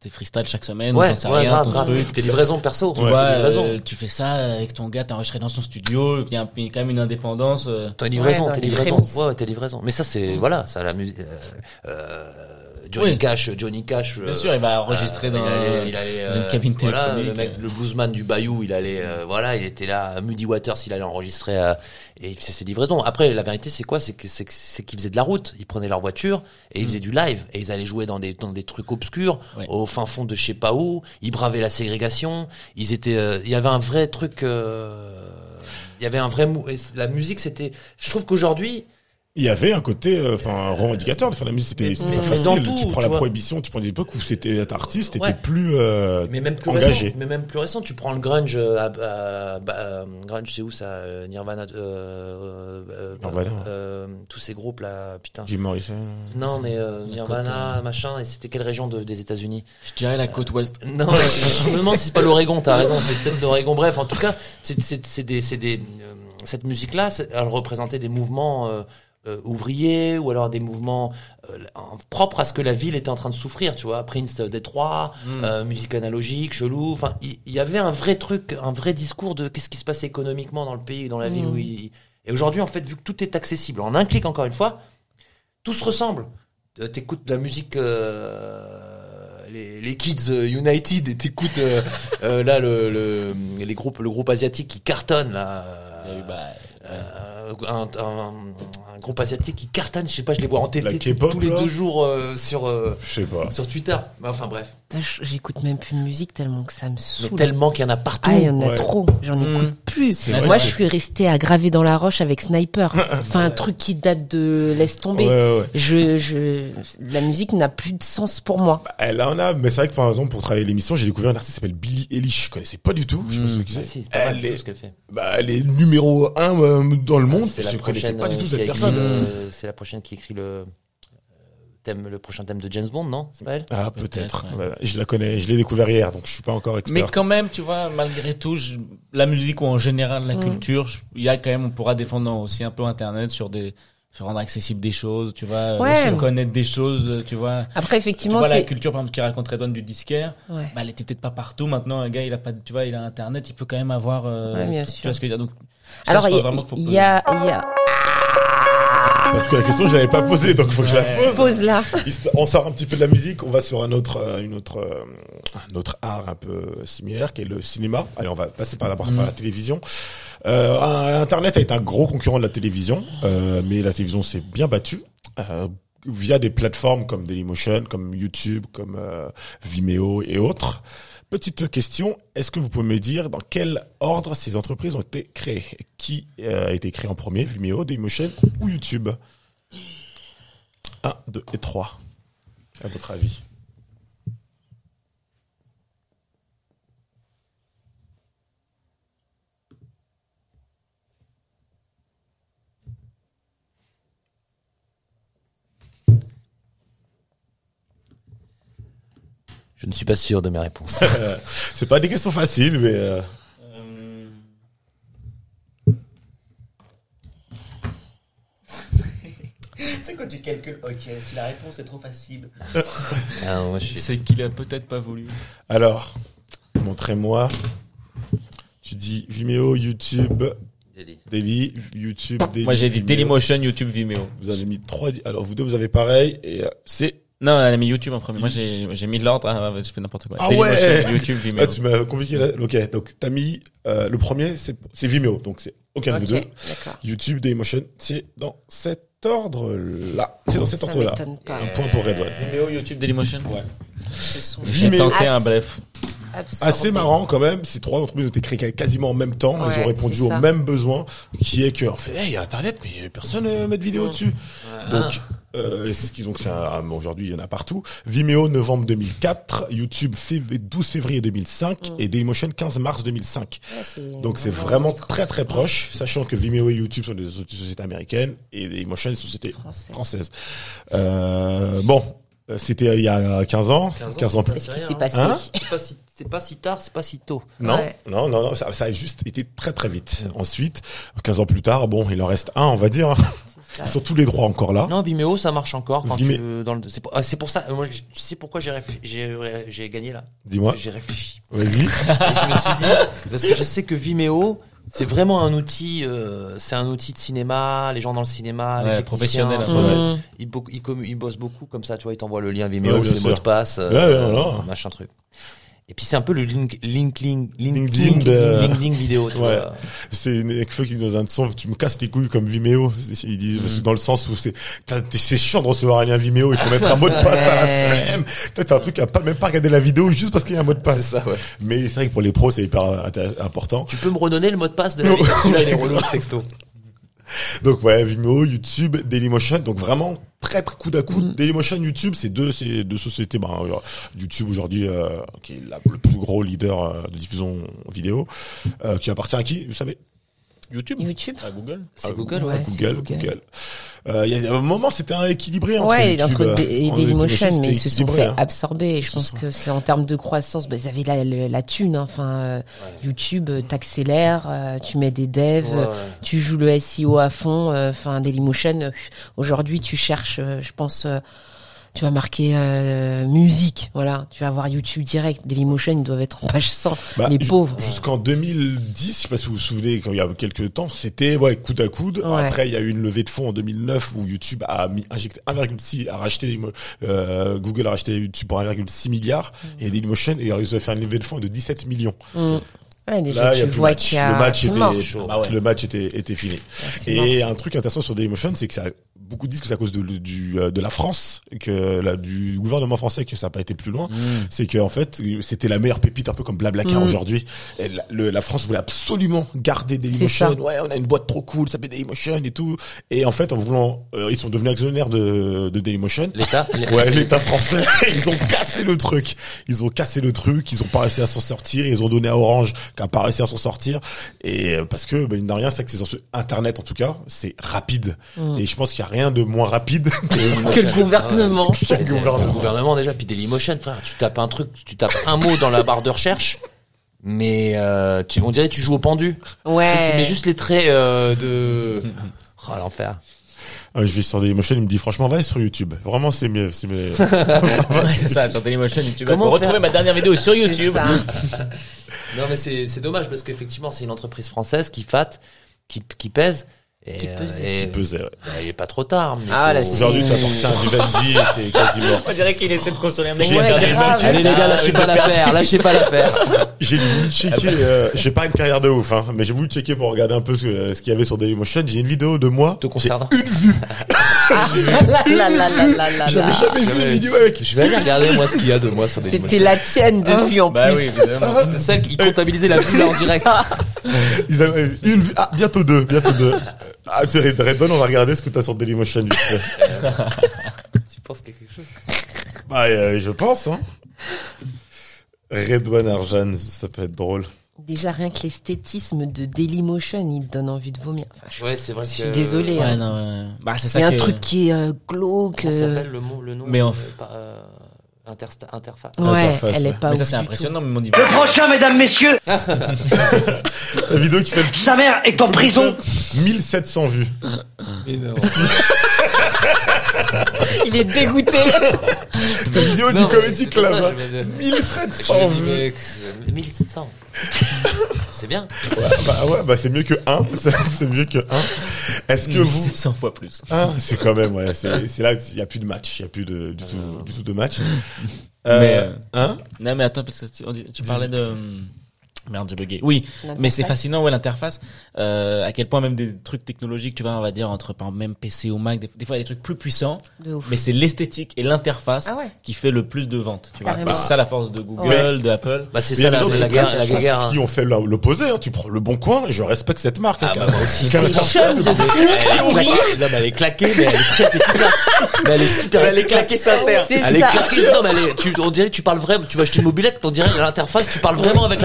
tes freestyles chaque semaine, Ouais, j'en sais rien, grave, ton grave. truc. Tes livraisons perso. Tu tes vois, livraisons. tu fais ça avec ton gars, t'es enregistré dans son studio, il y a quand même une indépendance. Tes livraisons, dans tes les livraisons. prémices. Ouais, tes livraisons. Mais ça, c'est, voilà, ça, la musique, Johnny Oui. Cash. Bien sûr, il va enregistrer dans il allait, une cabine voilà, téléphonique. le mec, le bluesman du Bayou, il allait, voilà, il était là, Muddy Waters, il allait enregistrer, et il faisait ses livraisons. Après, la vérité, c'est quoi? C'est qu'ils faisaient de la route. Ils prenaient leur voiture, et ils faisaient du live, et ils allaient jouer dans des trucs obscurs, Ouais. au fin fond de je sais pas où. Ils bravaient la ségrégation. Ils étaient, il y avait un vrai truc, il y avait un vrai et la musique, c'était, je trouve qu'aujourd'hui, Il y avait un côté, revendicateur de faire de la musique. C'était pas mais facile. dans tout, tu prends tu la vois. prohibition, tu prends des époques où c'était être artiste, Ouais. t'étais plus mais même plus engagé. récent, mais même plus récent, tu prends le grunge, grunge, c'est où ça, Nirvana, Nirvana. tous ces groupes là, putain. Jim Morrison. Non, mais Nirvana, côte, machin, et c'était quelle région des États-Unis? Je dirais la côte ouest. Non, je me demande si c'est pas l'Oregon. T'as raison, c'est peut-être l'Oregon. Bref, en tout cas, cette musique-là, elle représentait des mouvements ouvriers ou alors des mouvements propres à ce que la ville était en train de souffrir. Tu vois, Prince Détroit, musique analogique, chelou. Enfin, il y avait un vrai truc, un vrai discours de qu'est-ce qui se passait économiquement dans le pays, dans la ville où il. Et aujourd'hui, en fait, vu que tout est accessible, en un clic encore une fois, tout se ressemble. T'écoutes de la musique. Les Kids United et t'écoutes là le groupe asiatique qui cartonne là un groupe asiatique qui cartonne, je sais pas, je les vois en La TT K-pop, tous les là 2 jours sur Je sais pas. Twitter. Mais enfin bref, Là, j'écoute même plus de musique tellement que ça me mais saoule. tellement qu'il y en a partout. Ah, il y en a Ouais. trop. J'en écoute plus. C'est vrai Moi, que je suis restée à graver dans la roche avec Sniper. Enfin, un truc qui date de laisse tomber. Ouais. La musique n'a plus de sens pour moi. Elle en a, mais c'est vrai que par exemple, pour travailler l'émission, j'ai découvert un artiste qui s'appelle Billie Eilish. Je connaissais pas du tout. Je sais pas ce que Ah, c'est. si, c'est pas mal Elle tout ce qu'elle fait. elle est numéro 1 dans le monde. C'est la Je connaissais prochaine, pas du tout qui cette a écrit personne. c'est la prochaine qui écrit le prochain thème de James Bond, non? C'est pas elle? Ah, Peut-être, peut-être. ouais. Ouais. Je la connais, je l'ai découvert hier, donc je suis pas encore expert. Mais quand même, tu vois, malgré tout, la musique ou en général la culture, il y a quand même, on pourra défendre aussi un peu Internet sur rendre accessible des choses, tu vois, Ouais. sur connaître des choses, tu vois. Après, Tu effectivement, vois, la c'est... culture, par exemple, qui raconte Redouane du disquaire, Ouais. bah, elle était peut-être pas partout. Maintenant, un gars, il a pas, tu vois, il a Internet, il peut quand même avoir, Ouais, bien tu sûr. vois ce que je veux dire. Donc, ça, Alors, je pense il vraiment qu'il faut y que- a... Parce que la question, je l'avais pas posée, donc faut que je la Ouais. pose. Pause là. On sort un petit peu de la musique, on va sur un autre art un peu similaire, qui est le cinéma. Allez, on va passer par par la télévision. Internet a été un gros concurrent de la télévision, mais la télévision s'est bien battue. Via des plateformes comme Dailymotion, comme YouTube, comme Vimeo et autres. Petite question, est-ce que vous pouvez me dire dans quel ordre ces entreprises ont été créées? Qui a été créé en premier, Vimeo, Dailymotion ou YouTube? 1, 2 et 3. À votre avis? Je ne suis pas sûr de mes réponses. C'est pas des questions faciles, mais Tu sais, quand tu calcules, ok, si la réponse est trop facile, Ah, non, moi, je suis... c'est qu'il a peut-être pas voulu. alors, montrez-moi. Tu dis Vimeo, YouTube, Daily, YouTube, Daily. Moi, j'ai dit Vimeo. Dailymotion, YouTube, Vimeo. Vous avez mis 3. Alors, vous deux, vous avez pareil. Et c'est. Non, elle a mis YouTube en premier. Moi, j'ai mis l'ordre. Ah, je fais n'importe quoi. Ah Dailymotion, ouais. YouTube, Vimeo. Ah, tu m'as compliqué là. Ok, donc t'as mis le premier, c'est Vimeo. Donc c'est aucun de vous deux. Ok, d'accord. YouTube, Dailymotion, c'est dans cet ordre-là. C'est dans cet Ça ordre-là. m'étonne pas. Un point pour Redouane. Vimeo, YouTube, Dailymotion. Ouais. Ce sont J'ai Vimeo. tenté un Ah, bref. absorbés. Assez marrant quand même, ces trois entreprises ont été créées quasiment en même temps, elles Ouais, ont répondu c'est aux ça. mêmes besoins, qui est que, en fait, hey, il y a Internet, mais personne met de vidéo dessus. Donc, ce qu'ils ont, aujourd'hui, il y en a partout. Vimeo, novembre 2004, YouTube, 12 février 2005, et Dailymotion, 15 mars 2005. Ouais, Donc c'est vraiment très très proche, sachant que Vimeo et YouTube sont des sociétés américaines, et Dailymotion, des sociétés françaises. Bon. C'était il y a 15 ans, 15 ans plus. Qu'est-ce qui s'est passé? Hein C'est pas si tard, c'est pas si tôt. Non, Ouais. non, ça a juste été très très vite. Ensuite, 15 ans plus tard, bon, il en reste un, on va dire. Ils sont tous les droits encore là. Non, Vimeo, ça marche encore quand Vimeo. tu dans le c'est pour ça moi tu sais pourquoi j'ai gagné là. Dis-moi. J'ai réfléchi. Vas-y. Et je me suis dit parce que je sais que Vimeo c'est vraiment un outil c'est un outil de cinéma, les gens dans le cinéma, les techniciens, professionnels, ils bossent beaucoup comme ça, tu vois, ils t'envoient le lien Vimeo, Ouais, bien c'est le sûr. mot de passe, voilà. machin truc. Et puis c'est un peu le LinkedIn vidéo, tu Ouais. vois. C'est une feu qui dit dans un son, tu me casses les couilles comme Vimeo. Ils disent, parce que dans le sens où c'est chiant de recevoir un lien Vimeo, il faut mettre un mot de passe, t'as la flemme. T'as un truc à même pas regarder la vidéo juste parce qu'il y a un mot de passe. C'est ça, ouais. Mais c'est vrai que pour les pros, c'est hyper important. Tu peux me redonner le mot de passe de la vidéo? Celui-là, il est relou, ce texto. Donc ouais, Vimeo, YouTube, Dailymotion, donc vraiment très coude à coude. Dailymotion, YouTube, c'est deux sociétés. YouTube aujourd'hui, qui est le plus gros leader de diffusion vidéo, qui appartient à qui, vous savez? YouTube. Ah, À Google. C'est Google, ouais. Google. Il y a un moment, c'était équilibré entre Ouais, YouTube entre et Dailymotion, mais ils se sont équilibré, fait hein. absorber. Et je pense que c'est en termes de croissance, ils avaient la thune. Enfin, YouTube, t'accélères, tu mets des devs, tu joues le SEO à fond. Enfin, Dailymotion, aujourd'hui, tu cherches, je pense. Tu vas marquer musique, voilà. Tu vas avoir YouTube direct. Dailymotion, ils doivent être en page 100. Les pauvres. Jusqu'en 2010, je sais pas si vous vous souvenez, quand il y a quelques temps, c'était coude à coude. Ouais. Après, il y a eu une levée de fonds en 2009 où YouTube a injecté 1,6, a racheté Google a racheté YouTube pour 1,6 milliard et Dailymotion et a réussi à faire une levée de fonds de 17 millions. Ouais, déjà, Là, il y tu a plus vois match. qu'il y a Le match c'est était mort. le match était fini. c'est Et un truc intéressant sur Dailymotion, c'est que beaucoup disent que c'est à cause de la France, du gouvernement français que ça n'a pas été plus loin. C'est que en fait, c'était la meilleure pépite, un peu comme Blablacar aujourd'hui. Et la France voulait absolument garder Dailymotion. Ouais, on a une boîte trop cool, ça s'appelle Dailymotion et tout. Et en fait, en voulant, ils sont devenus actionnaires de Dailymotion. L'État. Ouais, l'État français. Ils ont cassé le truc. Ils ont pas réussi à s'en sortir. Ils ont donné à Orange qui a pas réussi à s'en sortir. Et parce que, mine de rien, c'est que c'est sur Internet, en tout cas, c'est rapide. Et je pense qu'il y a rien de moins rapide Que le gouvernement. Le gouvernement déjà, puis Dailymotion, frère, tu tapes un mot dans la barre de recherche, mais on dirait que tu joues au pendu. Ouais. Tu mets juste les traits de... Oh, l'enfer. Je vais sur Dailymotion, il me dit franchement va sur YouTube. Vraiment c'est mieux, c'est mieux. C'est ça, sur Dailymotion, YouTube. Comment Pour faire retrouver ma dernière vidéo sur YouTube. Non mais c'est dommage parce qu'effectivement c'est une entreprise française qui pèse. Et, Qui pesait. et- Qui pesait, ouais. Il est pas trop tard. Mais Ah, faut- là, Aujourd'hui ça appartient à Vivendi et c'est quasi mort. On dirait qu'il essaie de construire un mec. Ouais, grave. Allez les gars, lâchez pas lâchez pas l'affaire. J'ai voulu checker, j'ai pas une carrière de ouf, hein, mais j'ai voulu checker pour regarder un peu ce qu'il y avait sur Dailymotion. J'ai une vidéo de moi. Te concernant. J'ai une vue. J'avais jamais vu une vidéo avec. Je vais aller regarder moi ce qu'il y a de moi sur Dailymotion. C'était la tienne depuis en Bah plus. oui, évidemment. C'était celle qui comptabilisait la vue là en direct. Ils avaient une vue. Ah, bientôt deux. Ah, tu sais, Redbone, on va regarder ce que t'as sur Dailymotion vite fait. Tu penses qu'il y a quelque chose? Bah, je pense, hein. Redouane Arjan, ça peut être drôle. Déjà, rien que l'esthétisme de Dailymotion, il te donne envie de vomir. Enfin, Ouais, c'est vrai je que... suis désolée. Ouais, hein. non, ouais. Bah, c'est Il ça y a un que- truc qui est glauque. Comment s'appelle le nom? Mais interface. Ouais, L'interface, elle est ouais. pas Mais ça, ouf c'est du impressionnant, mais mon niveau. Le prochain, mesdames, messieurs, La vidéo qui fait le sa mère est en prison. 1700 vues. Énorme. tout. Il est dégoûté. La vidéo du Comedy Club. Hein. 1700 vues. 1700. C'est bien. Bah c'est mieux que 1. C'est mieux que 1. Est-ce que vous 700 fois plus. c'est quand même c'est là il y a plus de match, il y a plus du tout de match. Mais, hein Non, mais attends, parce que tu parlais de... Merde, j'ai bugué. Oui, mais c'est fascinant, ouais, l'interface. À quel point même des trucs technologiques, tu vois, on va dire, entre, par exemple, même PC ou Mac, des fois, il y a des trucs plus puissants. De ouf. Mais c'est l'esthétique et l'interface Ah ouais. qui fait le plus de ventes, tu vois. Carrément. Bah, c'est ça la force de Google, Ouais. de Apple. Bah, c'est Il y a ça des autres la guerre. qui ont fait l'opposé, hein. Tu prends le Bon Coin, et je respecte cette marque. Ah, hein, bah, moi aussi. car- Non, mais elle est claquée, mais elle est très efficace. Mais elle est super. Elle est claquée sincère. C'est Elle est ça. claquée. Non, mais on dirait, tu parles vraiment, tu vas acheter une mobilette, on dirait l'interface, tu parles vraiment avec la personne.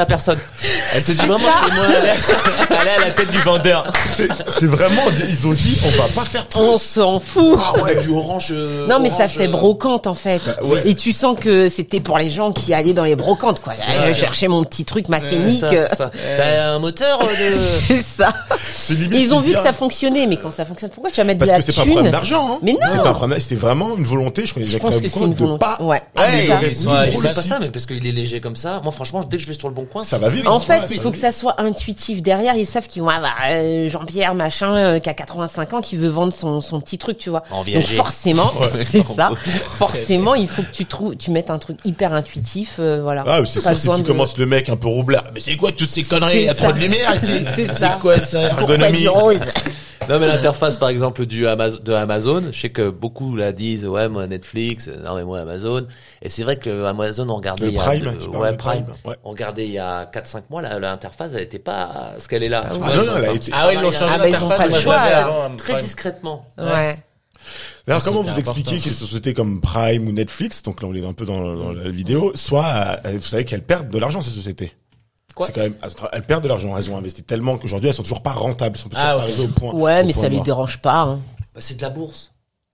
Elle se dit vraiment, c'est moi. Elle est à la tête du vendeur. C'est vraiment, ils ont dit, on va pas faire On plus. s'en fout. Ah ouais, du orange. Non, mais ça orange, fait brocante, en fait. ouais. Et tu sens que c'était pour les gens qui allaient dans les brocantes, quoi. Je cherchais mon petit truc, ma C'est scénique. ça, c'est ça. T'as un moteur de. C'est ça. C'est limite, Et ils ont c'est vu que bien. ça fonctionnait, mais quand ça fonctionne, pourquoi tu vas mettre Parce de la que c'est pas un thune? problème d'argent, hein. Mais non. C'est pas un problème, c'était vraiment une volonté, je connais Je Jacques pense que c'est une de volonté. pas Ouais. améliorer ils sont du à- tout C'est le pas ça, site. mais parce qu'il est léger comme ça. Moi, franchement, dès que je vais sur le bon coin, Ça va vite. En fait, Ouais, il ça faut va que vite. ça soit intuitif. Derrière, ils savent qu'ils vont avoir Jean-Pierre machin qui a 85 ans qui veut vendre son petit truc, tu vois. En Donc viager. forcément, c'est ça. Forcément, il faut que tu mettes un truc hyper intuitif, voilà. Ah, c'est Pas sûr, si besoin tu de- commences le mec un peu roublard. Mais c'est quoi toutes ces conneries? Il y a C'est trop ça. de lumière ici. C'est ça. quoi ça? Pourquoi Ergonomie. du rose? Non, mais l'interface, par exemple, de Amazon, je sais que beaucoup là disent, ouais, moi, Netflix, non, mais moi, Amazon. Et c'est vrai que Amazon, on regardait Le il y a, Prime, tu parles ouais, de Prime. Ouais. On regardait il y a 4-5 mois, l'interface, elle était pas ce qu'elle est là. Ah non, elle a été. Ah ouais, ils l'ont changé Ah bah, ils ont l'interface, pas le moi, je choix, l'avais alors. avant, Très Prime. discrètement. Ouais. D'ailleurs, Ça, comment c'est vous expliquez important. que les sociétés comme Prime ou Netflix, donc là on est un peu dans la vidéo, soit, vous savez qu'elles perdent de l'argent, ces sociétés. Quoi? C'est quand même, elles perdent de l'argent. Elles ont investi tellement qu'aujourd'hui elles sont toujours pas rentables, elles sont toujours Ah, pas ok. arrivées au point. Ouais, au mais point ça les mort. dérange pas, hein. Bah, c'est de la bourse.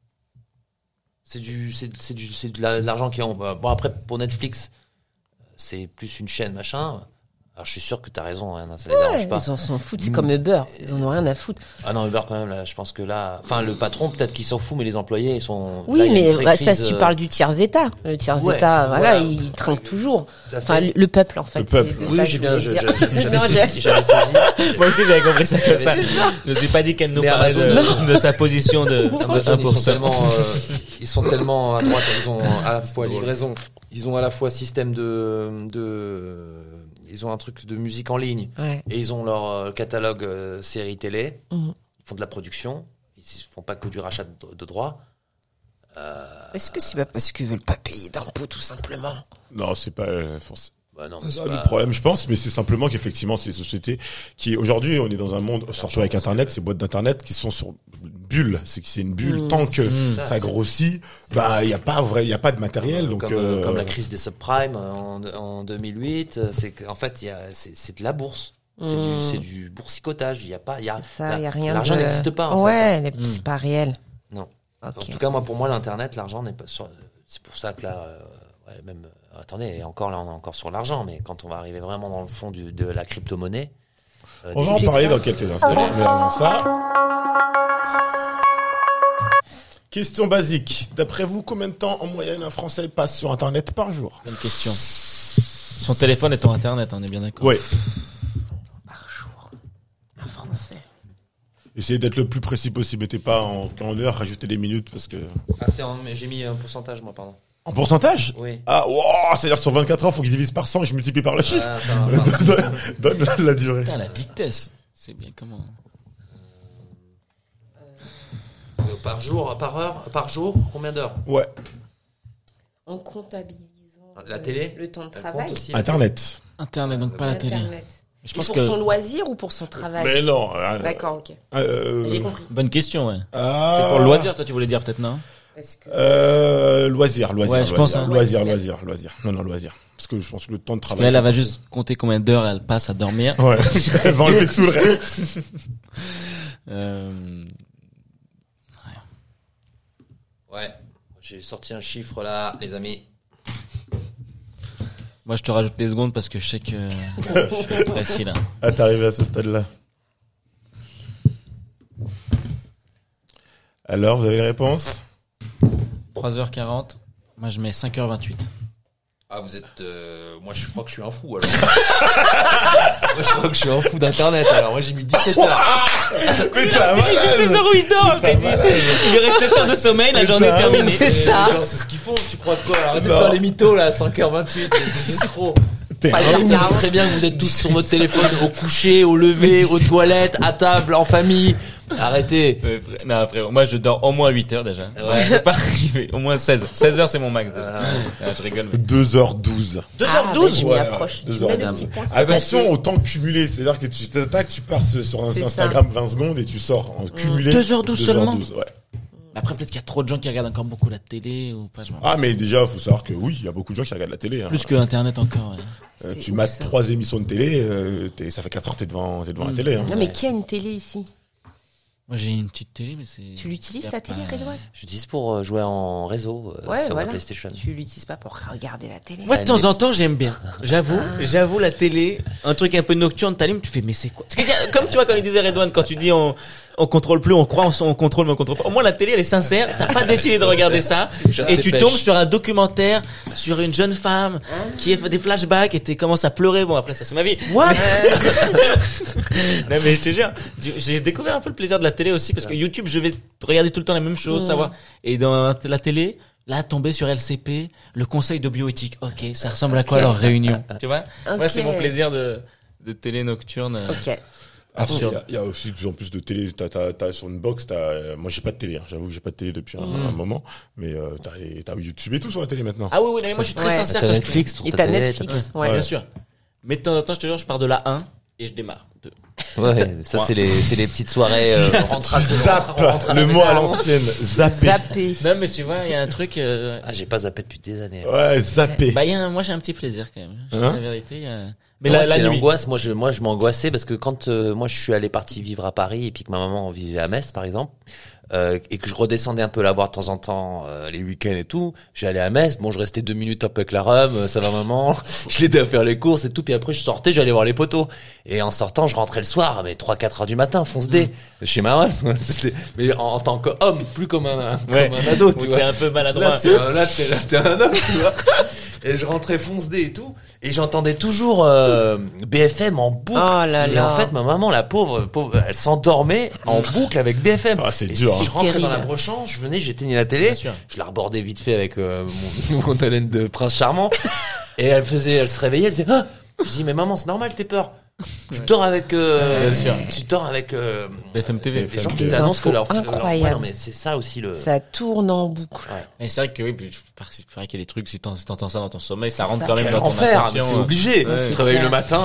C'est de l'argent qui est bon, après, pour Netflix, c'est plus une chaîne, machin. Alors, je suis sûr que t'as raison, hein, ça les dérange Ouais, pas. ils en s'en foutent, c'est comme Uber. Ils en ont rien à foutre. Ah non, Uber, quand même, là, je pense que là, enfin, le patron, peut-être qu'il s'en fout, mais les employés, ils sont, Oui, là, il y a mais une vraie bah, ça, crise, si tu parles du tiers-état. Le tiers-état, Ouais, voilà, ouais. il trinque toujours. Tout à fait. Enfin, le peuple, en fait. Le peuple. c'est de Oui, ça j'ai que bien, je voulais dire. j'avais Non, saisi, j'avais saisi. Moi aussi, j'avais compris ça comme ça. Je me suis pas dit qu'elle nous Mais parlait Amazon, de sa position de Amazon, ils sont 1%. tellement, ils sont tellement à droite, ils ont à la fois livraison, ils ont à la fois système ils ont un truc de musique en ligne, Ouais. et ils ont leur catalogue série télé, Mhm. ils font de la production, ils font pas que du rachat de droits. Est-ce que c'est pas parce qu'ils veulent pas payer d'impôts, tout simplement? Non, c'est pas forcément. Bah non, C'est mais ça c'est le pas- problème, je pense, mais c'est simplement qu'effectivement, c'est les sociétés qui, aujourd'hui, on est dans un monde, surtout avec Internet, ces boîtes d'Internet qui sont sur bulle. C'est une bulle. Tant que Ça, ça c'est- grossit, bah, il y a pas de matériel, donc, comme la crise des subprimes en 2008, c'est qu'en fait, c'est de la bourse. C'est du boursicotage. Il y a pas, Ça, y a rien l'argent de- n'existe pas, en fait. Ouais, c'est pas réel. Non. Ok. En tout cas, moi, pour moi, l'internet, l'argent n'est pas sur. C'est pour ça que là, ouais, même. Attendez, et encore là, on est encore sur l'argent, mais quand on va arriver vraiment dans le fond de la crypto-monnaie. on va en parler dans quelques instants, mais avant ça. Question basique. D'après vous, combien de temps en moyenne un Français passe sur Internet par jour? Bonne question. Son téléphone est en internet, on est bien d'accord. Oui. Par jour. Un Français. Essayez d'être le plus précis possible. Mettez pas en heure, rajoutez des minutes parce que. Ah, mais j'ai mis un pourcentage, moi, pardon. En pourcentage? Oui. Ah, wow, c'est-à-dire sur 24 heures, faut que je divise par 100 et je multiplie par le chiffre. Ah, ça va, pardon. Donne la durée. Putain, la vitesse. C'est bien comment. Par jour, par heure, par jour, combien d'heures? Ouais. En comptabilisant La télé? le temps de Elle travail. compte aussi. Internet. Internet, donc pas la télé. Internet. Je Et pense pour que. son loisir ou pour son travail? Mais non. D'accord, ok. Euh, J'ai compris. Bonne question, ouais. ah, C'est pour le loisir, toi, tu voulais dire peut-être, non? Parce que... Loisir. Ouais, je pense, hein. Loisir. Non, loisir. Parce que je pense que le temps de Parce travail. qu'elle, elle va juste compter combien d'heures elle passe à dormir. Ouais. Elle va enlever tout le reste. Ouais. J'ai sorti un chiffre là, les amis. Moi, je te rajoute des secondes parce que je sais que je suis précis, là. Ah, t'es arrivé à ce stade-là. Alors, vous avez les réponses? 3h40. Moi, je mets 5h28. Ah, vous êtes. Moi, je crois que je suis un fou alors. Moi, je crois que je suis un fou d'internet alors. Moi, j'ai mis 17 heures. Mais t'as malade. Les heures où il dort, je t'ai dit. Il lui reste 7 heures de sommeil, la journée est terminée. C'est ça. Genre, c'est ce qu'ils font. Tu crois quoi? Arrêtez de Non. faire les mythos là, 5h28. C'est trop. T'es Pas un dire ouf. ça. Très bien que vous êtes tous sur votre téléphone, au coucher, au lever, aux toilettes, à table, en famille. Arrêtez. Non, frérot, moi, je dors au moins 8 heures déjà. Ouais. Je peux pas arriver. Au moins 16. 16 heures, c'est mon max. déjà. Ah, je rigole. mais- 2h12. 2h12? Je m'y approche. Tu 2h12. mets le petit point sur Attention le au temps cumulé. C'est-à-dire que tu t'attaques, tu passes sur C'est Instagram 20 secondes et tu sors en cumulé. 2h12 seulement? 2h12, ouais. Après, peut-être qu'il y a trop de gens qui regardent encore beaucoup la télé ou pas, je m'en Ah, mais déjà, faut savoir que oui, il y a beaucoup de gens qui regardent la télé. Hein. Plus que Internet encore, ouais. C'est Tu ouf, mates ça. 3 émissions de télé, ça fait 4 heures t'es devant la télé. Hein. Non, mais qui a une télé ici? Moi, j'ai une petite télé, mais c'est... Tu l'utilises y a ta télé, pas- Redouane? J'utilise pour jouer en réseau Ouais, sur voilà. la PlayStation. Tu l'utilises pas pour regarder la télé? Moi, de temps en temps, j'aime bien. J'avoue, la télé, un truc un peu nocturne, t'allumes, tu fais, mais c'est quoi? Parce que, comme tu vois, quand il disait Redouane, quand tu dis on contrôle plus, on croit, on contrôle, mais on contrôle pas. Au moins, la télé, elle est sincère. T'as pas décidé de regarder ça. Et tu tombes sur un documentaire sur une jeune femme qui fait des flashbacks et tu commences à pleurer. Bon, après, ça, c'est ma vie. What? Non, mais je te jure, j'ai découvert un peu le plaisir de la télé aussi parce que YouTube, je vais regarder tout le temps la même chose, savoir. Et dans la télé, là, tomber sur LCP, le conseil de bioéthique. Ok, ça ressemble à quoi leur réunion? Tu vois? Moi, c'est mon plaisir de télé nocturne. Ok. Après, Absurde. il y a aussi de plus en plus de télé. T'as sur une box, moi j'ai pas de télé. Hein. J'avoue que j'ai pas de télé depuis un moment. Mais t'as YouTube et tout sur la télé maintenant. Ah oui, mais moi, je suis très Ouais. sincère. T'as quand je- Netflix, sur Et ta t'as télé, Netflix. Ouais, Ouais. bien sûr. Mais de temps en temps, je te jure, je pars de la 1 et je démarre. 2. Ouais, ça c'est les petites soirées rentrage de Zap, rentre à la le mot maison. à l'ancienne, zapper. Zapper. Non, mais tu vois, il y a un truc. Ah, j'ai pas zappé depuis des années. Ouais, zapper. Bah, moi, j'ai un petit plaisir quand même. Je dis Hein la vérité. Mais Moi, la c'était nuit. l'angoisse. Moi, je m'angoissais parce que quand moi je suis allé parti vivre à Paris et puis que ma maman vivait à Metz, par exemple, et que je redescendais un peu la voir de temps en temps les week-ends et tout, j'allais à Metz. Bon, je restais 2 minutes un peu avec la rhum, ça va maman. Je l'aidais à faire les courses et tout. Puis après, je sortais, j'allais voir les potos. Et en sortant, je rentrais le soir, mais 3-4 heures du matin, fonce dé chez ma rhum. Mais en tant qu'homme, plus comme un ado, tu Où vois. t'es un peu maladroit. Là, t'es un homme, tu vois. Et je rentrais fonce dé et tout. Et j'entendais toujours BFM en boucle. Oh là et là. en fait, ma maman, la pauvre, elle s'endormait en boucle avec BFM. Ah, c'est Et dur, Si hein. je rentrais dans la Terrible. brochange, je venais, j'éteignais la télé. Bien sûr. Je la rebordais vite fait avec mon haleine de prince charmant. Et elle se réveillait, elle faisait, ah! Je dis, mais maman, c'est normal, t'es peur. Tu dors avec, Bien sûr. tu dors avec, BFM TV. les gens qui Des t'annoncent que infos incroyables. ouais, non, mais c'est ça aussi le, Ça tourne en boucle. Et c'est vrai que oui, puis c'est vrai qu'il y a des trucs, si t'entends ça dans ton sommeil, ça rentre Ça. quand même quel dans ton enfer, mais attention. c'est obligé. Ouais. Tu te réveilles clair. le matin,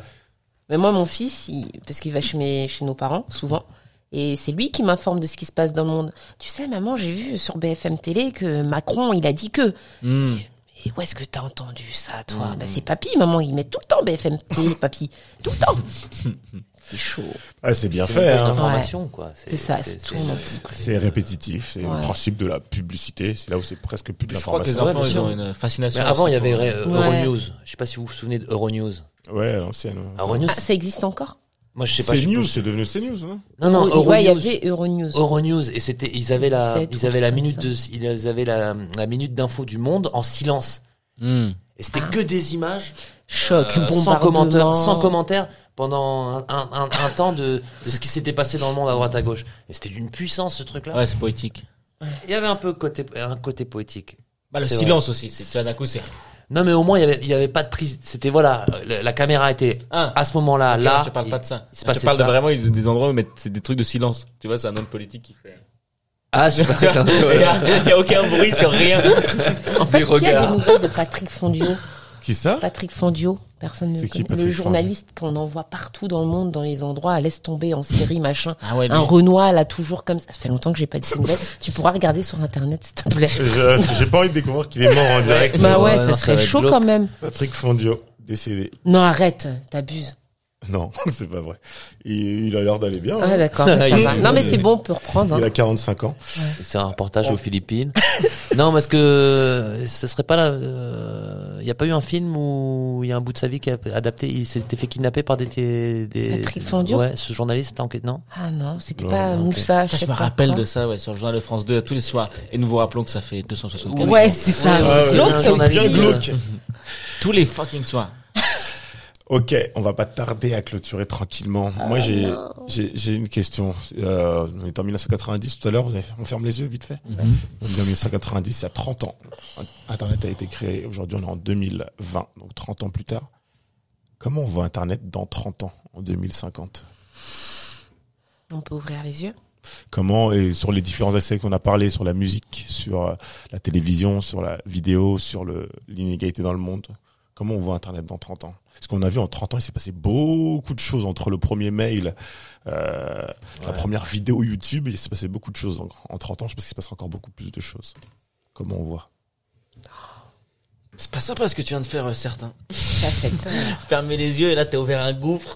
Mais moi, mon fils, parce qu'il va chez nos parents, souvent, et c'est lui qui m'informe de ce qui se passe dans le monde. Tu sais, maman, j'ai vu sur BFM Télé que Macron, il a dit que. Hmm. Et où est-ce que t'as entendu ça, toi? Bah, c'est papy, maman, il met tout le temps BFM Télé, papy. Tout le temps. C'est chaud. Ah, c'est bien c'est fait. une Hein. information, quoi. C'est ça, c'est tout en boucle. C'est répétitif. C'est le Ouais. principe de la publicité. C'est là où c'est presque plus de Je crois que les l'information. enfants, bien ils sûr. ont une fascination. Mais avant, il y aussi avait pour- Euronews. Je sais pas si vous vous souvenez de Euronews. Ouais, à l'ancienne. ouais. Euronews, Ah, ça existe encore? moi, je sais pas. C'est je- news, c'est devenu CNews, non? Non, non, Oui, ouais, il y Euronews. avait Euronews. Euronews. Et c'était, ils avaient la comme minute ils avaient la minute d'info du monde en silence. Hmm. Et c'était Ah. que des images, Choc, sans bombardement. commentaire pendant un temps de ce qui s'était passé dans le monde à droite à gauche. Et c'était d'une puissance, ce truc-là. Ouais, c'est poétique. Il y avait un côté poétique. Bah, le C'est silence aussi, c'est, tu vois, d'un coup, c'est, Non, mais au moins, il y avait pas de prise. C'était, voilà, la caméra était ah. à ce moment-là, Ok, là. je te parle pas de ça. il se Je te passait parle de ça. vraiment des endroits où c'est des trucs de silence. Tu vois, c'est un homme politique qui fait. Ah, je sais pas, Tu vois, il y a aucun bruit sur rien. En fait, Des qui a regards. des nouvelles de Patrick Fondio? Qui ça? Patrick Fondio, personne ne C'est qui, connaît. Patrick Le journaliste qu'on envoie partout dans le monde, dans les endroits, à laisse tomber en série, machin. Ah ouais, lui. Un Renoir, là, toujours comme ça. Ça fait longtemps que j'ai pas dit ces nouvelles. Tu pourras regarder sur Internet, s'il te plaît. J'ai pas envie de découvrir qu'il est mort en direct. Bah ouais, Ouais, ça non, ça serait va être chaud glauque. quand même. Patrick Fondio, décédé. Non, arrête, t'abuses. Non, c'est pas vrai. Il a l'air d'aller bien. Ah hein. d'accord, ça va. Non mais c'est bon, on peut reprendre. Il Hein. a 45 ans. C'est un reportage aux Philippines. Non, parce que ce serait pas là. Il y a pas eu un film où il y a un bout de sa vie qui a adapté. Il s'était fait kidnapper par des Patrick Fondio. Ouais, ce journaliste enquête, non. Ah non, c'était Non, pas ok. Moussa, Je sais me pas rappelle quoi. de ça, ouais, sur le journal de France 2 tous les soirs. Et nous vous rappelons que ça fait 264 Ouais, jours. c'est ça. Ouais, ouais, Glauque, ouais, ça ouais, aussi. Bien glauque. Tous les fucking soirs. Ok, on va pas tarder à clôturer tranquillement. Moi, j'ai une question. On est en 1990 tout à l'heure. On ferme les yeux vite fait. On est en 1990, il y a 30 ans. Internet a été créé. Aujourd'hui, on est en 2020, donc 30 ans plus tard. Comment on voit Internet dans 30 ans, en 2050? On peut ouvrir les yeux. Comment, et sur les différents aspects qu'on a parlé, sur la musique, sur la télévision, sur la vidéo, sur l'inégalité dans le monde, comment on voit Internet dans 30 ans? Parce qu'on a vu en 30 ans, il s'est passé beaucoup de choses entre le premier mail, la première vidéo YouTube, il s'est passé beaucoup de choses. Donc, en 30 ans, je pense qu'il se passera encore beaucoup plus de choses. Comment on voit? C'est pas sympa ce que tu viens de faire, certains. Ça fait peur. Fermer les yeux et là t'es ouvert un gouffre.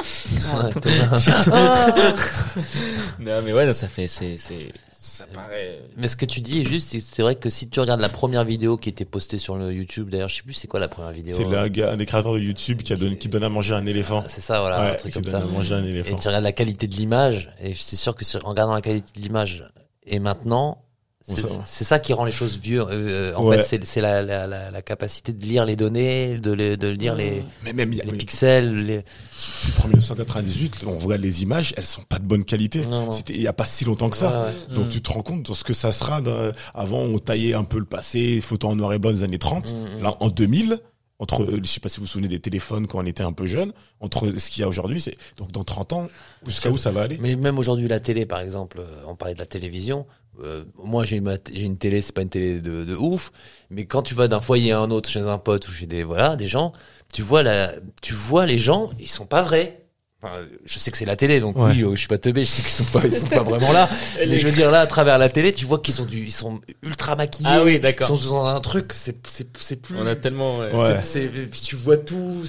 Non, mais ouais, non, ça paraît. Mais ce que tu dis est juste, c'est vrai que si tu regardes la première vidéo qui était postée sur le YouTube, d'ailleurs, je sais plus c'est quoi la première vidéo. C'est un des créateurs de YouTube qui donne à manger un éléphant. C'est ça, voilà, un Ouais, truc qui comme donne ça. à manger un Et éléphant. tu regardes la qualité de l'image, et c'est sûr que en regardant la qualité de l'image, et maintenant, c'est ça qui rend les choses vieux. En fait, c'est la capacité de lire les données, de lire les Mais même, les pixels. Tu prends 1998, on voit les images, elles sont pas de bonne qualité. Non. C'était il y a pas si longtemps que ça. Ouais. Donc tu te rends compte de ce que ça sera. Avant, on taillait un peu le passé, photos en noir et blanc des années 30. Là, en 2000, je sais pas si vous vous souvenez des téléphones quand on était un peu jeune, entre ce qu'il y a aujourd'hui, c'est donc dans 30 ans, jusqu'à où ça va aller? Mais même aujourd'hui, la télé, par exemple, on parlait de la télévision. Moi, j'ai une télé, c'est pas une télé de ouf, mais quand tu vas d'un foyer à un autre chez un pote ou chez des gens, tu vois les gens, ils sont pas vrais. Enfin, je sais que c'est la télé, donc oui, je suis pas teubé, je sais qu'ils sont pas vraiment là. Mais je veux dire, là, à travers la télé, tu vois qu'ils ils sont ultra maquillés. Ah oui, d'accord. Ils sont dans un truc, c'est plus. On a tellement, Ouais. Puis tu vois tout,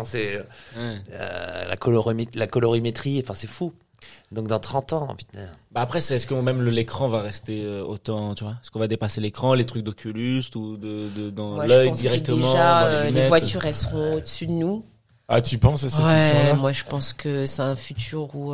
la colorimétrie, enfin, c'est fou. Donc dans 30 ans, putain. Bah après, est-ce que même l'écran va rester autant, tu vois? Est-ce qu'on va dépasser l'écran, les trucs d'Oculus ou dans Moi, l'œil je pense directement? que déjà, dans les les lunettes. voitures, elles seront au-dessus de nous. Ah, tu penses à ce Ouais, futur-là? moi je pense que c'est un futur où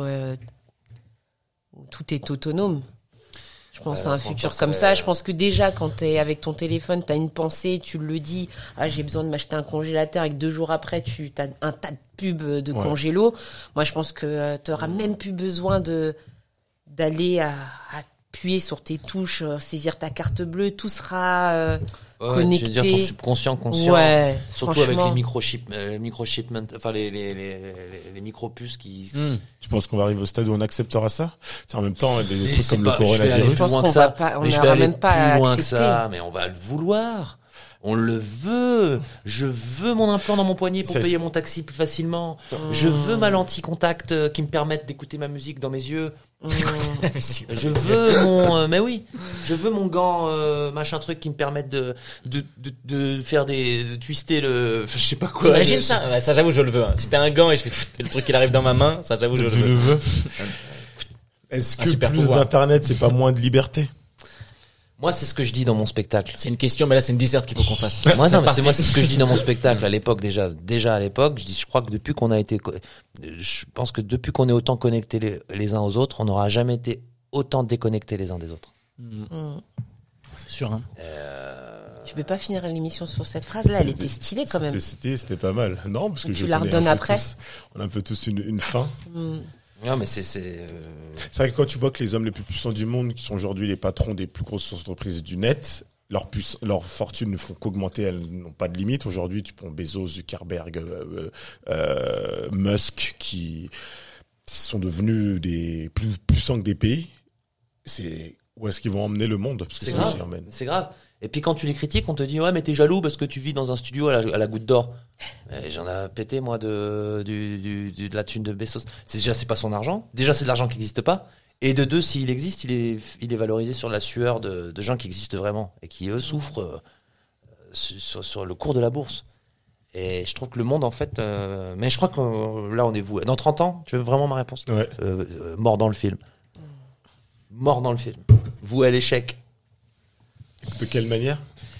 tout est autonome. Je pense à un futur comme ça. Je pense que déjà, quand t'es avec ton téléphone, t'as une pensée, tu le dis. Ah, j'ai besoin de m'acheter un congélateur et que 2 jours après, tu as un tas de pubs de congélo. Moi, je pense que t'auras même plus besoin d'aller appuyer sur tes touches, saisir ta carte bleue. Tout sera connecté. Tu veux dire ton subconscient conscient. Ouais, surtout avec franchement. les microshipments, enfin les micropuces qui. Tu penses qu'on va arriver au stade où on acceptera ça? C'est en même temps des Mais trucs c'est comme le pas- je vais aller coronavirus. Je pense plus loin qu'on que ça. va pas, on Mais je vais n'aura aller même pas à plus loin que accepter. ça, mais on va le vouloir. On le veut. Je veux mon implant dans mon poignet pour C'est- payer mon taxi plus facilement. Je veux ma lentille contact qui me permette d'écouter ma musique dans mes yeux. Je veux mais oui, je veux mon gant machin truc qui me permette de faire de twister le, je sais pas quoi. T'imagines ça? Ouais, ça, j'avoue, je le veux. Hein. Si t'as un gant et je fais le truc il arrive dans ma main, ça, j'avoue, je le Tu le veux. veux? Est-ce Un que super plus pouvoir. d'internet, c'est pas moins de liberté? Moi, c'est ce que je dis dans mon spectacle. C'est une question, mais là, c'est une disserte qu'il faut qu'on fasse. Moi, non, mais parti. c'est ce que je dis dans mon spectacle à l'époque déjà à l'époque. Je crois que depuis qu'on a été, je pense que depuis qu'on est autant connectés les uns aux autres, on n'aura jamais été autant déconnectés les uns des autres. C'est sûr, hein. Tu peux pas finir l'émission sur cette phrase-là, elle était stylée quand même. C'était pas mal. Non, parce que Tu je la connais redonnes un peu après. tous- on a un peu tous une fin. Non, mais c'est C'est vrai que quand tu vois que les hommes les plus puissants du monde, qui sont aujourd'hui les patrons des plus grosses entreprises du net, leurs fortunes ne font qu'augmenter, elles n'ont pas de limite. Aujourd'hui, tu prends Bezos, Zuckerberg, Musk, qui sont devenus des plus puissants que des pays. C'est où est-ce qu'ils vont emmener le monde? Parce que C'est c'est grave. eux qui emmènent. C'est grave. Et puis quand tu les critiques, on te dit ouais mais t'es jaloux parce que tu vis dans un studio à la goutte d'or. J'en ai pété moi de la thune de Bezos. C'est pas son argent. Déjà c'est de l'argent qui n'existe pas. Et de deux, s'il existe, il est valorisé sur la sueur de gens qui existent vraiment et qui eux souffrent sur le cours de la bourse. Et je trouve que le monde en fait, mais je crois que là on est voué. Dans 30 ans, tu veux vraiment ma réponse? Ouais. Mort dans le film. Mort dans le film. Voué à l'échec. De quelle manière?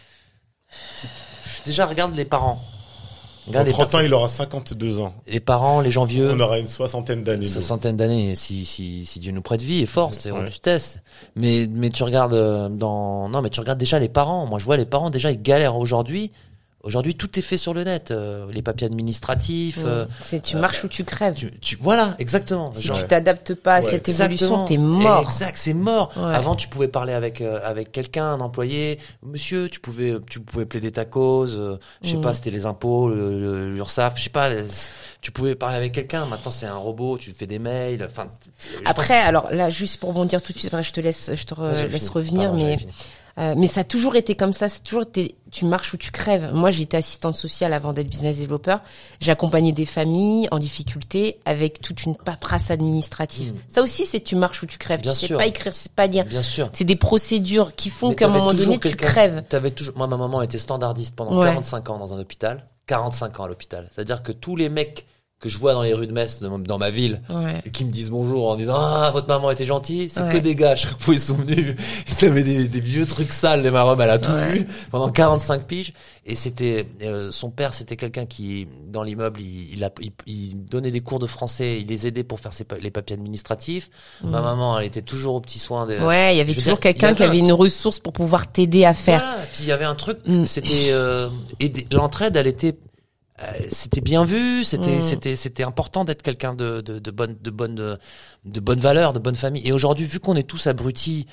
Déjà, regarde les parents. Dans Regarde 30 ans, il aura 52 ans. les parents, les gens vieux. On aura une soixantaine d'années. nous. Soixantaine d'années, si Dieu nous prête vie et force et Ouais. robustesse. Mais tu regardes mais tu regardes déjà les parents. Moi, je vois les parents déjà, ils galèrent aujourd'hui. Aujourd'hui, tout est fait sur le net. Les papiers administratifs. Tu marches ou tu crèves. Voilà, exactement. Si Genre, tu t'adaptes pas à Ouais, cette exactement. évolution, t'es mort. Exact, c'est mort. Ouais. Avant, tu pouvais parler avec quelqu'un, un employé. Monsieur, tu pouvais plaider ta cause. Je sais pas, c'était les impôts, l'URSSAF. Je sais pas. Tu pouvais parler avec quelqu'un. Maintenant, c'est un robot. Tu fais des mails. Enfin. Après, alors là, juste pour rebondir tout de suite, je te laisse Vas-y, laisse finis. revenir, Pardon, mais j'avais fini. Mais ça a toujours été comme ça. C'est toujours été, tu marches ou tu crèves. Moi, j'étais assistante sociale avant d'être business développeur. J'accompagnais des familles en difficulté avec toute une paperasse administrative. Ça aussi, c'est tu marches ou tu crèves. Bien Tu sais sûr. pas écrire, c'est pas lire. Bien sûr. C'est des procédures qui font Mais qu'à un t'avais moment toujours donné, tu quelqu'un- crèves. T'avais toujours, moi, ma maman était standardiste pendant Ouais. 45 ans dans un hôpital. 45 ans à l'hôpital. C'est-à-dire que tous les mecs que je vois dans les rues de Metz, dans ma ville, Ouais. et qui me disent bonjour en disant ah votre maman était gentille, c'est Ouais. que des gars à chaque fois ils sont venus, ils avaient des vieux trucs sales, les marobes, elle a tout vu pendant 45 piges, et c'était son père, c'était quelqu'un qui dans l'immeuble il donnait des cours de français, il les aidait pour faire les papiers administratifs. Ma maman elle était toujours aux petits soins des Ouais, il y avait je veux toujours dire, quelqu'un il y qui avait une ressource pour pouvoir t'aider à faire. Voilà. Puis il y avait un truc, c'était l'entraide, elle était c'était bien vu, c'était important d'être quelqu'un de bonne valeur, de bonne famille. Et aujourd'hui, vu qu'on est tous abrutis,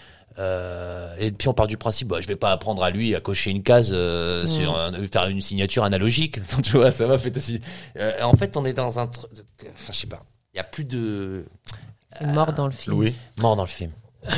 et puis on part du principe, bah, je vais pas apprendre à lui à cocher une case faire une signature analogique. Enfin, tu vois, ça va fait aussi. En fait, on est dans un truc. Enfin, je sais pas. Il y a plus de C'est mort dans le film. Louis. mort dans le film.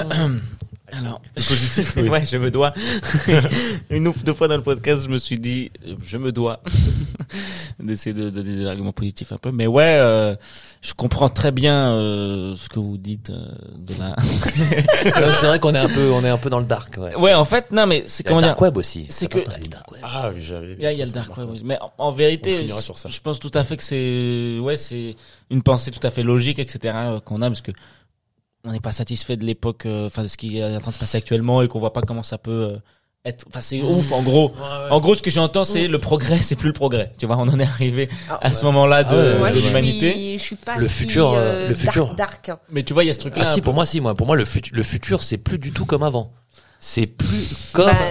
Alors, ouais, je me dois. Une ou deux fois dans le podcast, je me suis dit, je me dois d'essayer de donner des arguments positifs un peu. Mais ouais, je comprends très bien ce que vous dites de la. C'est vrai qu'on est un peu dans le dark. Ouais. Ouais, en fait, non, mais c'est Il y a comment le dire. dark web aussi. C'est que- Il y a le dark web. Ah oui, j'avais. Il y a le dark web, oui. Mais en On vérité, finira sur ça. je pense tout à fait que c'est une pensée tout à fait logique, etc. Qu'on a, parce que on n'est pas satisfait de l'époque, enfin de ce qui est en train de se passer actuellement, et qu'on voit pas comment ça peut être. Enfin, c'est ouf, en gros. En gros, ce que j'entends, c'est le progrès, c'est plus le progrès. Tu vois, on en est arrivé à ce moment-là Moi, de l'humanité. je suis pas Le si, futur, le futur. dark. Hein. Mais tu vois, il y a ce truc-là. Ah un si, peu. pour moi le futur c'est plus du tout comme avant. C'est plus comme Bah,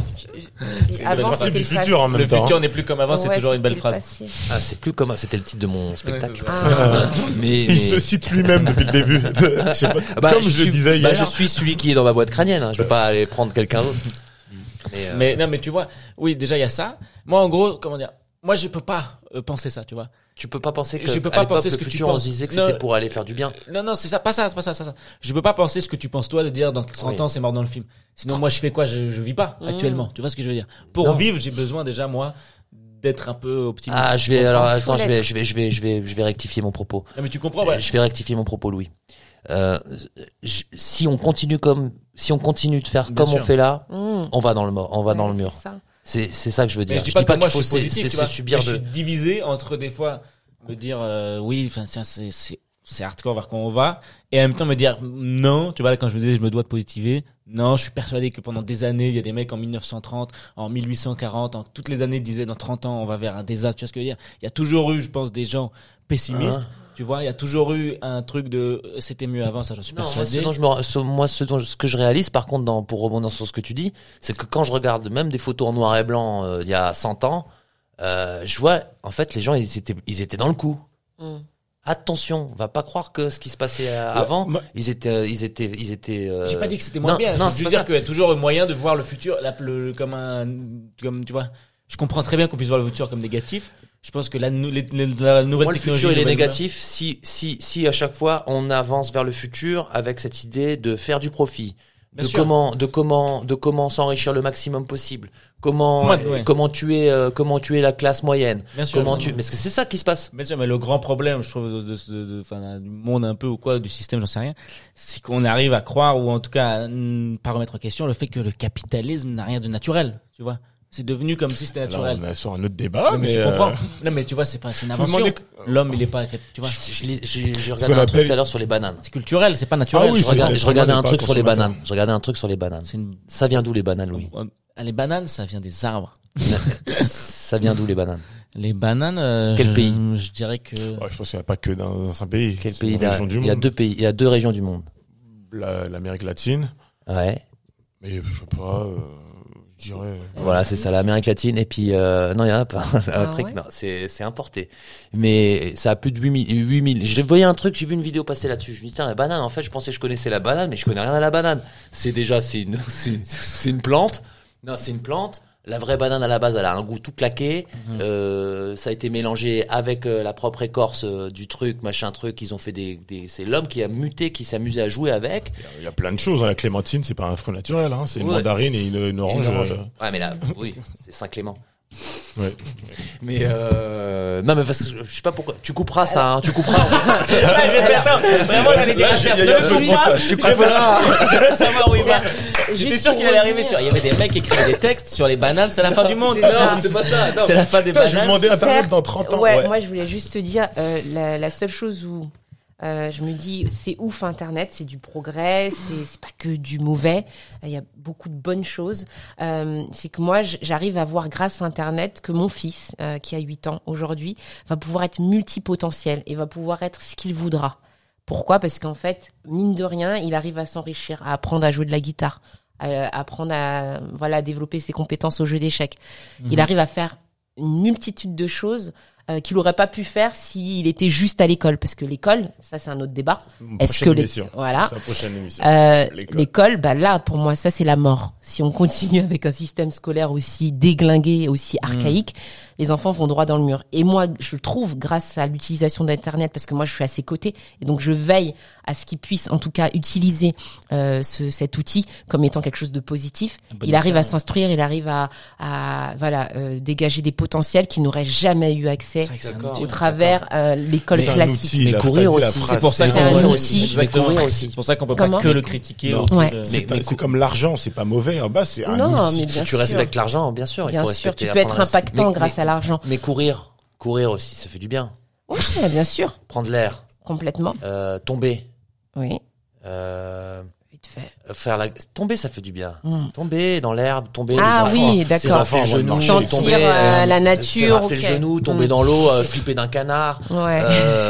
le avant, principe c'était du le futur en Le même temps. futur n'est plus comme avant, c'est Ouais, toujours une belle c'était le phrase. passé. ah c'est plus comme c'était le titre de mon spectacle. Ah. mais Il se cite lui-même depuis le début. Je sais pas. Ah bah, Comme je le disais hier. je suis celui qui est dans ma boîte crânienne, hein. Je vais pas aller prendre quelqu'un d'autre. Mais non, mais tu vois, oui, déjà il y a ça. Moi, en gros, comment dire, moi je peux pas penser ça, tu vois. Tu peux pas penser que Je peux à pas l'époque, penser ce le que tu futur, on penses. se disait que Non. c'était pour aller faire du bien. Non, c'est ça, pas ça. Je peux pas penser ce que tu penses toi de dire dans 100 Oui. ans c'est mort dans le film. Sinon moi je fais quoi? Je vis pas actuellement. Tu vois ce que je veux dire? Pour Non. vivre, j'ai besoin déjà moi d'être un peu optimiste. Ah, je vais Tu alors comprends? attends, l'être. je vais rectifier mon propos. Non, mais tu comprends, ouais. Je vais rectifier mon propos, Louis. Si on continue de faire Bien comme sûr. on fait là, Mmh. on va dans le mort, on va dans le Ouais, mur. c'est ça. C'est ça que je veux Mais dire. je dis pas que moi je qu'il suis faut positif, tu se vois. subir Mais je de. suis divisé entre des fois me dire oui, enfin tiens, c'est hardcore vers quoi on va, et en même temps me dire non, tu vois là quand je me disais je me dois de positiver, non, je suis persuadé que pendant des années il y a des mecs en 1930, en 1840, en toutes les années disaient dans 30 ans on va vers un désastre, tu vois ce que je veux dire. Il y a toujours eu, je pense, des gens pessimistes, tu vois, il y a toujours eu un truc de c'était mieux avant, ça j'en suis Non, persuadé. ce que je réalise, par contre, pour rebondir sur ce que tu dis, c'est que quand je regarde même des photos en noir et blanc il y a 100 ans, je vois, en fait, les gens, ils étaient dans le coup. Mm. Attention, va pas croire que ce qui se passait avant, moi- ils étaient. J'ai pas dit que c'était moins non, bien. non, je c'est veux pas dire ça. qu'il y a toujours un moyen de voir le futur comme tu vois. Je comprends très bien qu'on puisse voir le futur comme négatif. Je pense que la nouvelle Moi, le technologie, futur, il est nouvelle- négatif si à chaque fois on avance vers le futur avec cette idée de faire du profit, Bien de sûr. comment s'enrichir le maximum possible, comment Ouais. comment tuer la classe moyenne, Bien sûr. mais c'est ça qui se passe. Bien sûr, mais le grand problème, je trouve, du monde un peu ou quoi, du système, j'en sais rien, c'est qu'on arrive à croire, ou en tout cas à pas remettre en question le fait que le capitalisme n'a rien de naturel, tu vois. C'est devenu comme si c'était Là, naturel. on est sur un autre débat, Non, mais tu comprends. Non, mais tu vois, c'est une Vous invention. demandez- L'homme, il est pas, tu vois. Je qu'on regardais un truc appelle- tout à l'heure sur les bananes. C'est culturel, c'est pas naturel. Ah oui, Je regardais l'être humain un n'est pas truc sur les consommateur. bananes. Je regardais un truc sur les bananes. C'est une, Ça vient d'où les bananes, Louis? les bananes, ça vient des arbres. Ça vient d'où les bananes? Les bananes, Quel pays? Je dirais que, Ouais, je pense qu'il n'y a pas que dans un pays. Quel C'est pays une région du Il y a monde. deux pays, il y a deux régions du monde. L'Amérique latine. Ouais. Mais je sais pas, je dirais. Voilà, c'est ça, l'Amérique latine. Et puis, non, il y en a pas. L'Afrique, ouais non, c'est importé. Mais ça a plus de 8000. Je voyais un truc, j'ai vu une vidéo passer là-dessus. Je me dis, tiens, la banane, en fait, je pensais que je connaissais la banane, mais je connais rien à la banane. C'est une plante. Non, c'est une plante. La vraie banane à la base, elle a un goût tout claqué. Ça a été mélangé avec la propre écorce du truc, machin truc. Ils ont fait c'est l'homme qui a muté, qui s'amusait à jouer avec. Il y a plein de choses. La clémentine, c'est pas un fruit naturel. C'est une Ouais. mandarine et une orange. Ouais, mais là, oui, c'est Saint-Clément. Ouais. Mais non, mais parce que je sais pas pourquoi. Tu couperas ça, hein. Tu couperas. Attends, vraiment, j'allais dire à Serge, il y a un ne peu coupe de pas, montage. je veux savoir où il va. J'étais Juste sûr pour qu'il allait arriver revenir. sur, il y avait des mecs qui écrivaient des textes sur les bananes, c'est la fin du monde. C'est ça. Non, c'est pas ça. Non. C'est la fin des Putain, je vais bananes. demander Internet Certes, dans 30 ans. Ouais, moi je voulais juste te dire, la seule chose où je me dis c'est ouf Internet, c'est du progrès, c'est pas que du mauvais, il y a beaucoup de bonnes choses. C'est que moi j'arrive à voir grâce à Internet que mon fils qui a 8 ans aujourd'hui va pouvoir être multipotentiel et va pouvoir être ce qu'il voudra. Pourquoi ? Parce qu'en fait, mine de rien, il arrive à s'enrichir, à apprendre à jouer de la guitare, à apprendre à développer ses compétences au jeu d'échecs. Il arrive à faire une multitude de choses qu'il aurait pas pu faire s'il était juste à l'école, parce que l'école, ça c'est un autre débat. Est-ce que voilà, C'est la prochaine émission. l'école, bah là pour moi ça c'est la mort. Si on continue avec un système scolaire aussi déglingué, aussi archaïque, les enfants vont droit dans le mur. Et moi je trouve, grâce à l'utilisation d'internet, parce que moi je suis à ses côtés et donc je veille à ce qu'ils puissent en tout cas utiliser cet outil comme étant quelque chose de positif. Il arrive à s'instruire, il arrive à dégager des potentiels qui n'auraient jamais eu accès au travers l'école C'est un classique. outil, Mais la courir phrase, la aussi, phrase, C'est pour ça c'est qu'on un peut outil. Exactement. courir aussi. C'est pour ça qu'on peut Comment pas que le critiquer. Non. autour Ouais. de- C'est comme l'argent, c'est pas mauvais. C'est un Non, outil. mais bien Si tu sûr. respectes l'argent, bien sûr, il Bien faut sûr, respecter. tu peux être apprendre impactant grâce à l'argent. Mais courir aussi, ça fait du bien. Oui, bien sûr, Prendre l'air, complètement. tomber, Oui, euh, vite fait. tomber, ça fait du bien. Mm. Tomber dans l'herbe, tomber. Ah les enfants, oui, d'accord. Se rafler le Sentir, genou, Sentir, tomber, la se nature, rafler ok. le genou, tomber Mm. dans l'eau, flipper d'un canard. Ouais.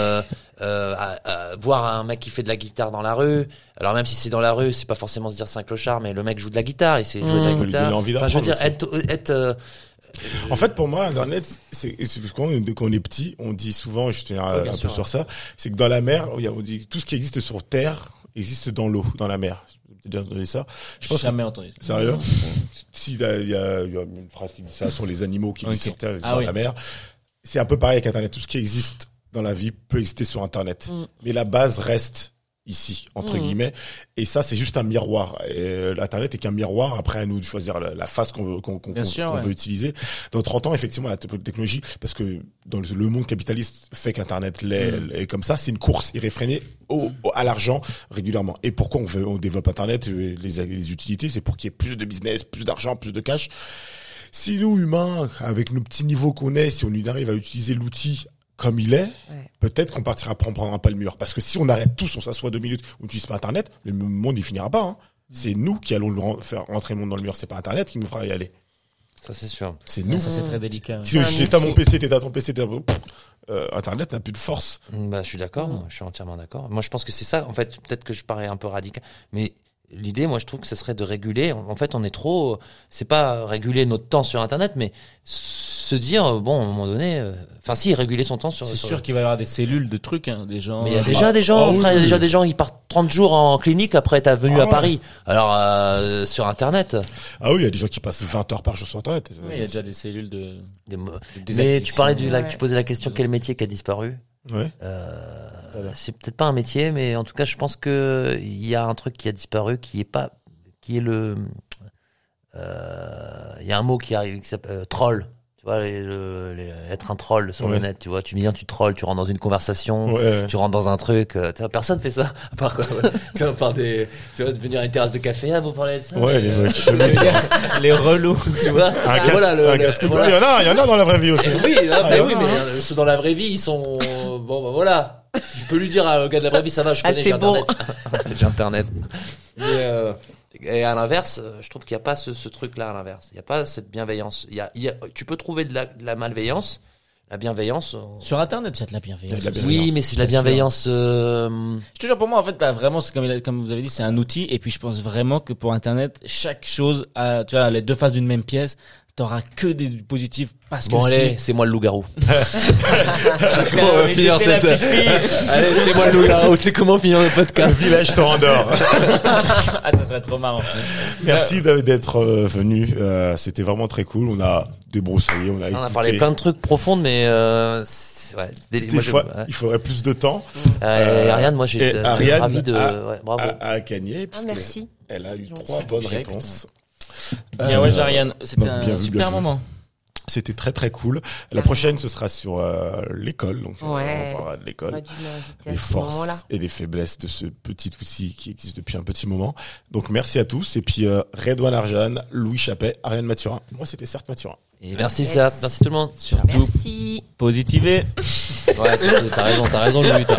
Voir un mec qui fait de la guitare dans la rue. Alors même si c'est dans la rue, c'est pas forcément se dire c'est un clochard, mais le mec joue de la guitare, il sait jouer sa Ça peut lui donner guitare. envie Enfin, je veux dire, d'apprendre être En fait, pour moi, Internet, quand on est petit, on dit souvent, je tiens Ouais, bien un sûr, peu sur ça, c'est que dans la mer, on dit tout ce qui existe sur Terre existe dans l'eau, dans la mer. J'ai déjà entendu ça. Je pense Jamais entendu. que, sérieux, si il y a une phrase qui dit ça sur les animaux qui existent Ok. sur Terre, existent Ah dans oui. la mer. C'est un peu pareil avec Internet. Tout ce qui existe dans la vie peut exister sur Internet. Mais la base reste ici, entre guillemets. Et ça, c'est juste un miroir. Et l'Internet est qu'un miroir. Après, à nous de choisir la face qu'on veut, qu'on Bien sûr, ouais. veut utiliser. Dans 30 ans, effectivement, la technologie, parce que dans le monde capitaliste fait qu'Internet est comme ça, c'est une course irréfrénée à l'argent régulièrement. Et pourquoi on développe Internet, les utilités, c'est pour qu'il y ait plus de business, plus d'argent, plus de cash. Si nous, humains, avec nos petits niveaux qu'on est, si on arrive à utiliser l'outil comme il est, peut-être qu'on partira prendre un pas le mur. Parce que si on arrête tous, on s'assoit 2 minutes, on n'utilise pas Internet, le monde, il finira pas, hein. C'est nous qui allons faire rentrer le monde dans le mur. C'est pas Internet qui nous fera y aller. ça c'est sûr. C'est nous. Ça, c'est très délicat. Si j'étais à mon PC, t'étais à ton PC, Internet n'a plus de force. Bah, je suis d'accord, moi, je suis entièrement d'accord. Moi, je pense que c'est ça. En fait, peut-être que je parais un peu radical, mais l'idée, moi, je trouve que ce serait de réguler. En fait, on est trop. C'est pas réguler notre temps sur Internet, mais se dire bon, à un moment donné. Enfin, si réguler son temps sur. C'est sur- sûr qu'il va y avoir des cellules de trucs, hein, des gens. Mais il y a déjà des gens, oui, frère, il y a oui. déjà des gens, ils partent 30 jours en clinique après être venu Ah à ouais. Paris. Alors, sur Internet. Ah oui, il y a des gens qui passent 20 heures par jour sur Internet. Oui, il y a déjà des cellules de. Des mo- Des mais tu addictions. parlais Ouais. tu posais la question quel métier qui a disparu. Ouais. C'est peut-être pas un métier, mais en tout cas, je pense que il y a un truc qui a disparu, qui est le, il y a un mot qui arrive, qui s'appelle troll. Tu vois, être un troll sur le Ouais. net, tu vois, tu viens, tu trolls, tu rentres dans une conversation, Ouais. tu rentres dans un truc, tu vois, personne fait ça, à part quoi, tu vois, tu vas venir à une terrasse de café, vous parlez de ça. Ouais, les mecs. Les relous. Tu vois, Un voilà, casse-couille. voilà. Il y en a dans la vraie vie aussi. Oui, Ah, mais il y en oui, a, mais hein. ceux dans la vraie vie, ils sont bon, bah voilà. Tu peux lui dire au gars de la vraie vie, ça va, je connais, c'est j'ai bon. Internet. J'ai Internet. Mais et à l'inverse, je trouve qu'il n'y a pas ce truc-là à l'inverse. Il n'y a pas cette bienveillance. Tu peux trouver de la malveillance, la bienveillance. Sur Internet, il y a de la bienveillance. Il y a de la bienveillance. Oui, mais c'est de la bienveillance. Je te jure, pour moi, en fait, t'as vraiment, c'est comme vous avez dit, c'est un outil. Et puis, je pense vraiment que pour Internet, chaque chose a, tu vois, les deux faces d'une même pièce. t'auras que des positifs parce que Bon allez, c'est moi le loup-garou. on va finir cette... Allez, c'est moi le loup-garou. C'est comment finir le Le podcast? village te rendort. Ah, ça serait trop marrant. Merci d'être venu. C'était vraiment très cool. On a débroussaillé, on a On a écouté. parlé plein de trucs profonds, mais ouais, Des fois, il faudrait plus de temps. Ariane, moi Et j'étais Ariane ravi de, a- bravo. a gagné. Ah, merci. Elle a eu Gentil. 3 bonnes J'ai réponses. Bien, ouais, Ariane, c'était donc, bien un vu, super bien vu. moment. C'était très très cool. La prochaine, ce sera sur l'école. Donc, Ouais. on parlera de l'école. T'aurais dû m'inviter à Les ce moment-là. forces et les faiblesses de ce petit outil qui existe depuis un petit moment. Donc merci à tous. Et puis Redouane Arjan, Louis Chappet, Ariane Mathurin. Moi c'était Certes Mathurin. Et merci Yes. ça, merci tout le monde. Surtout, Merci. positiver. Ouais, surtout, t'as raison Louis.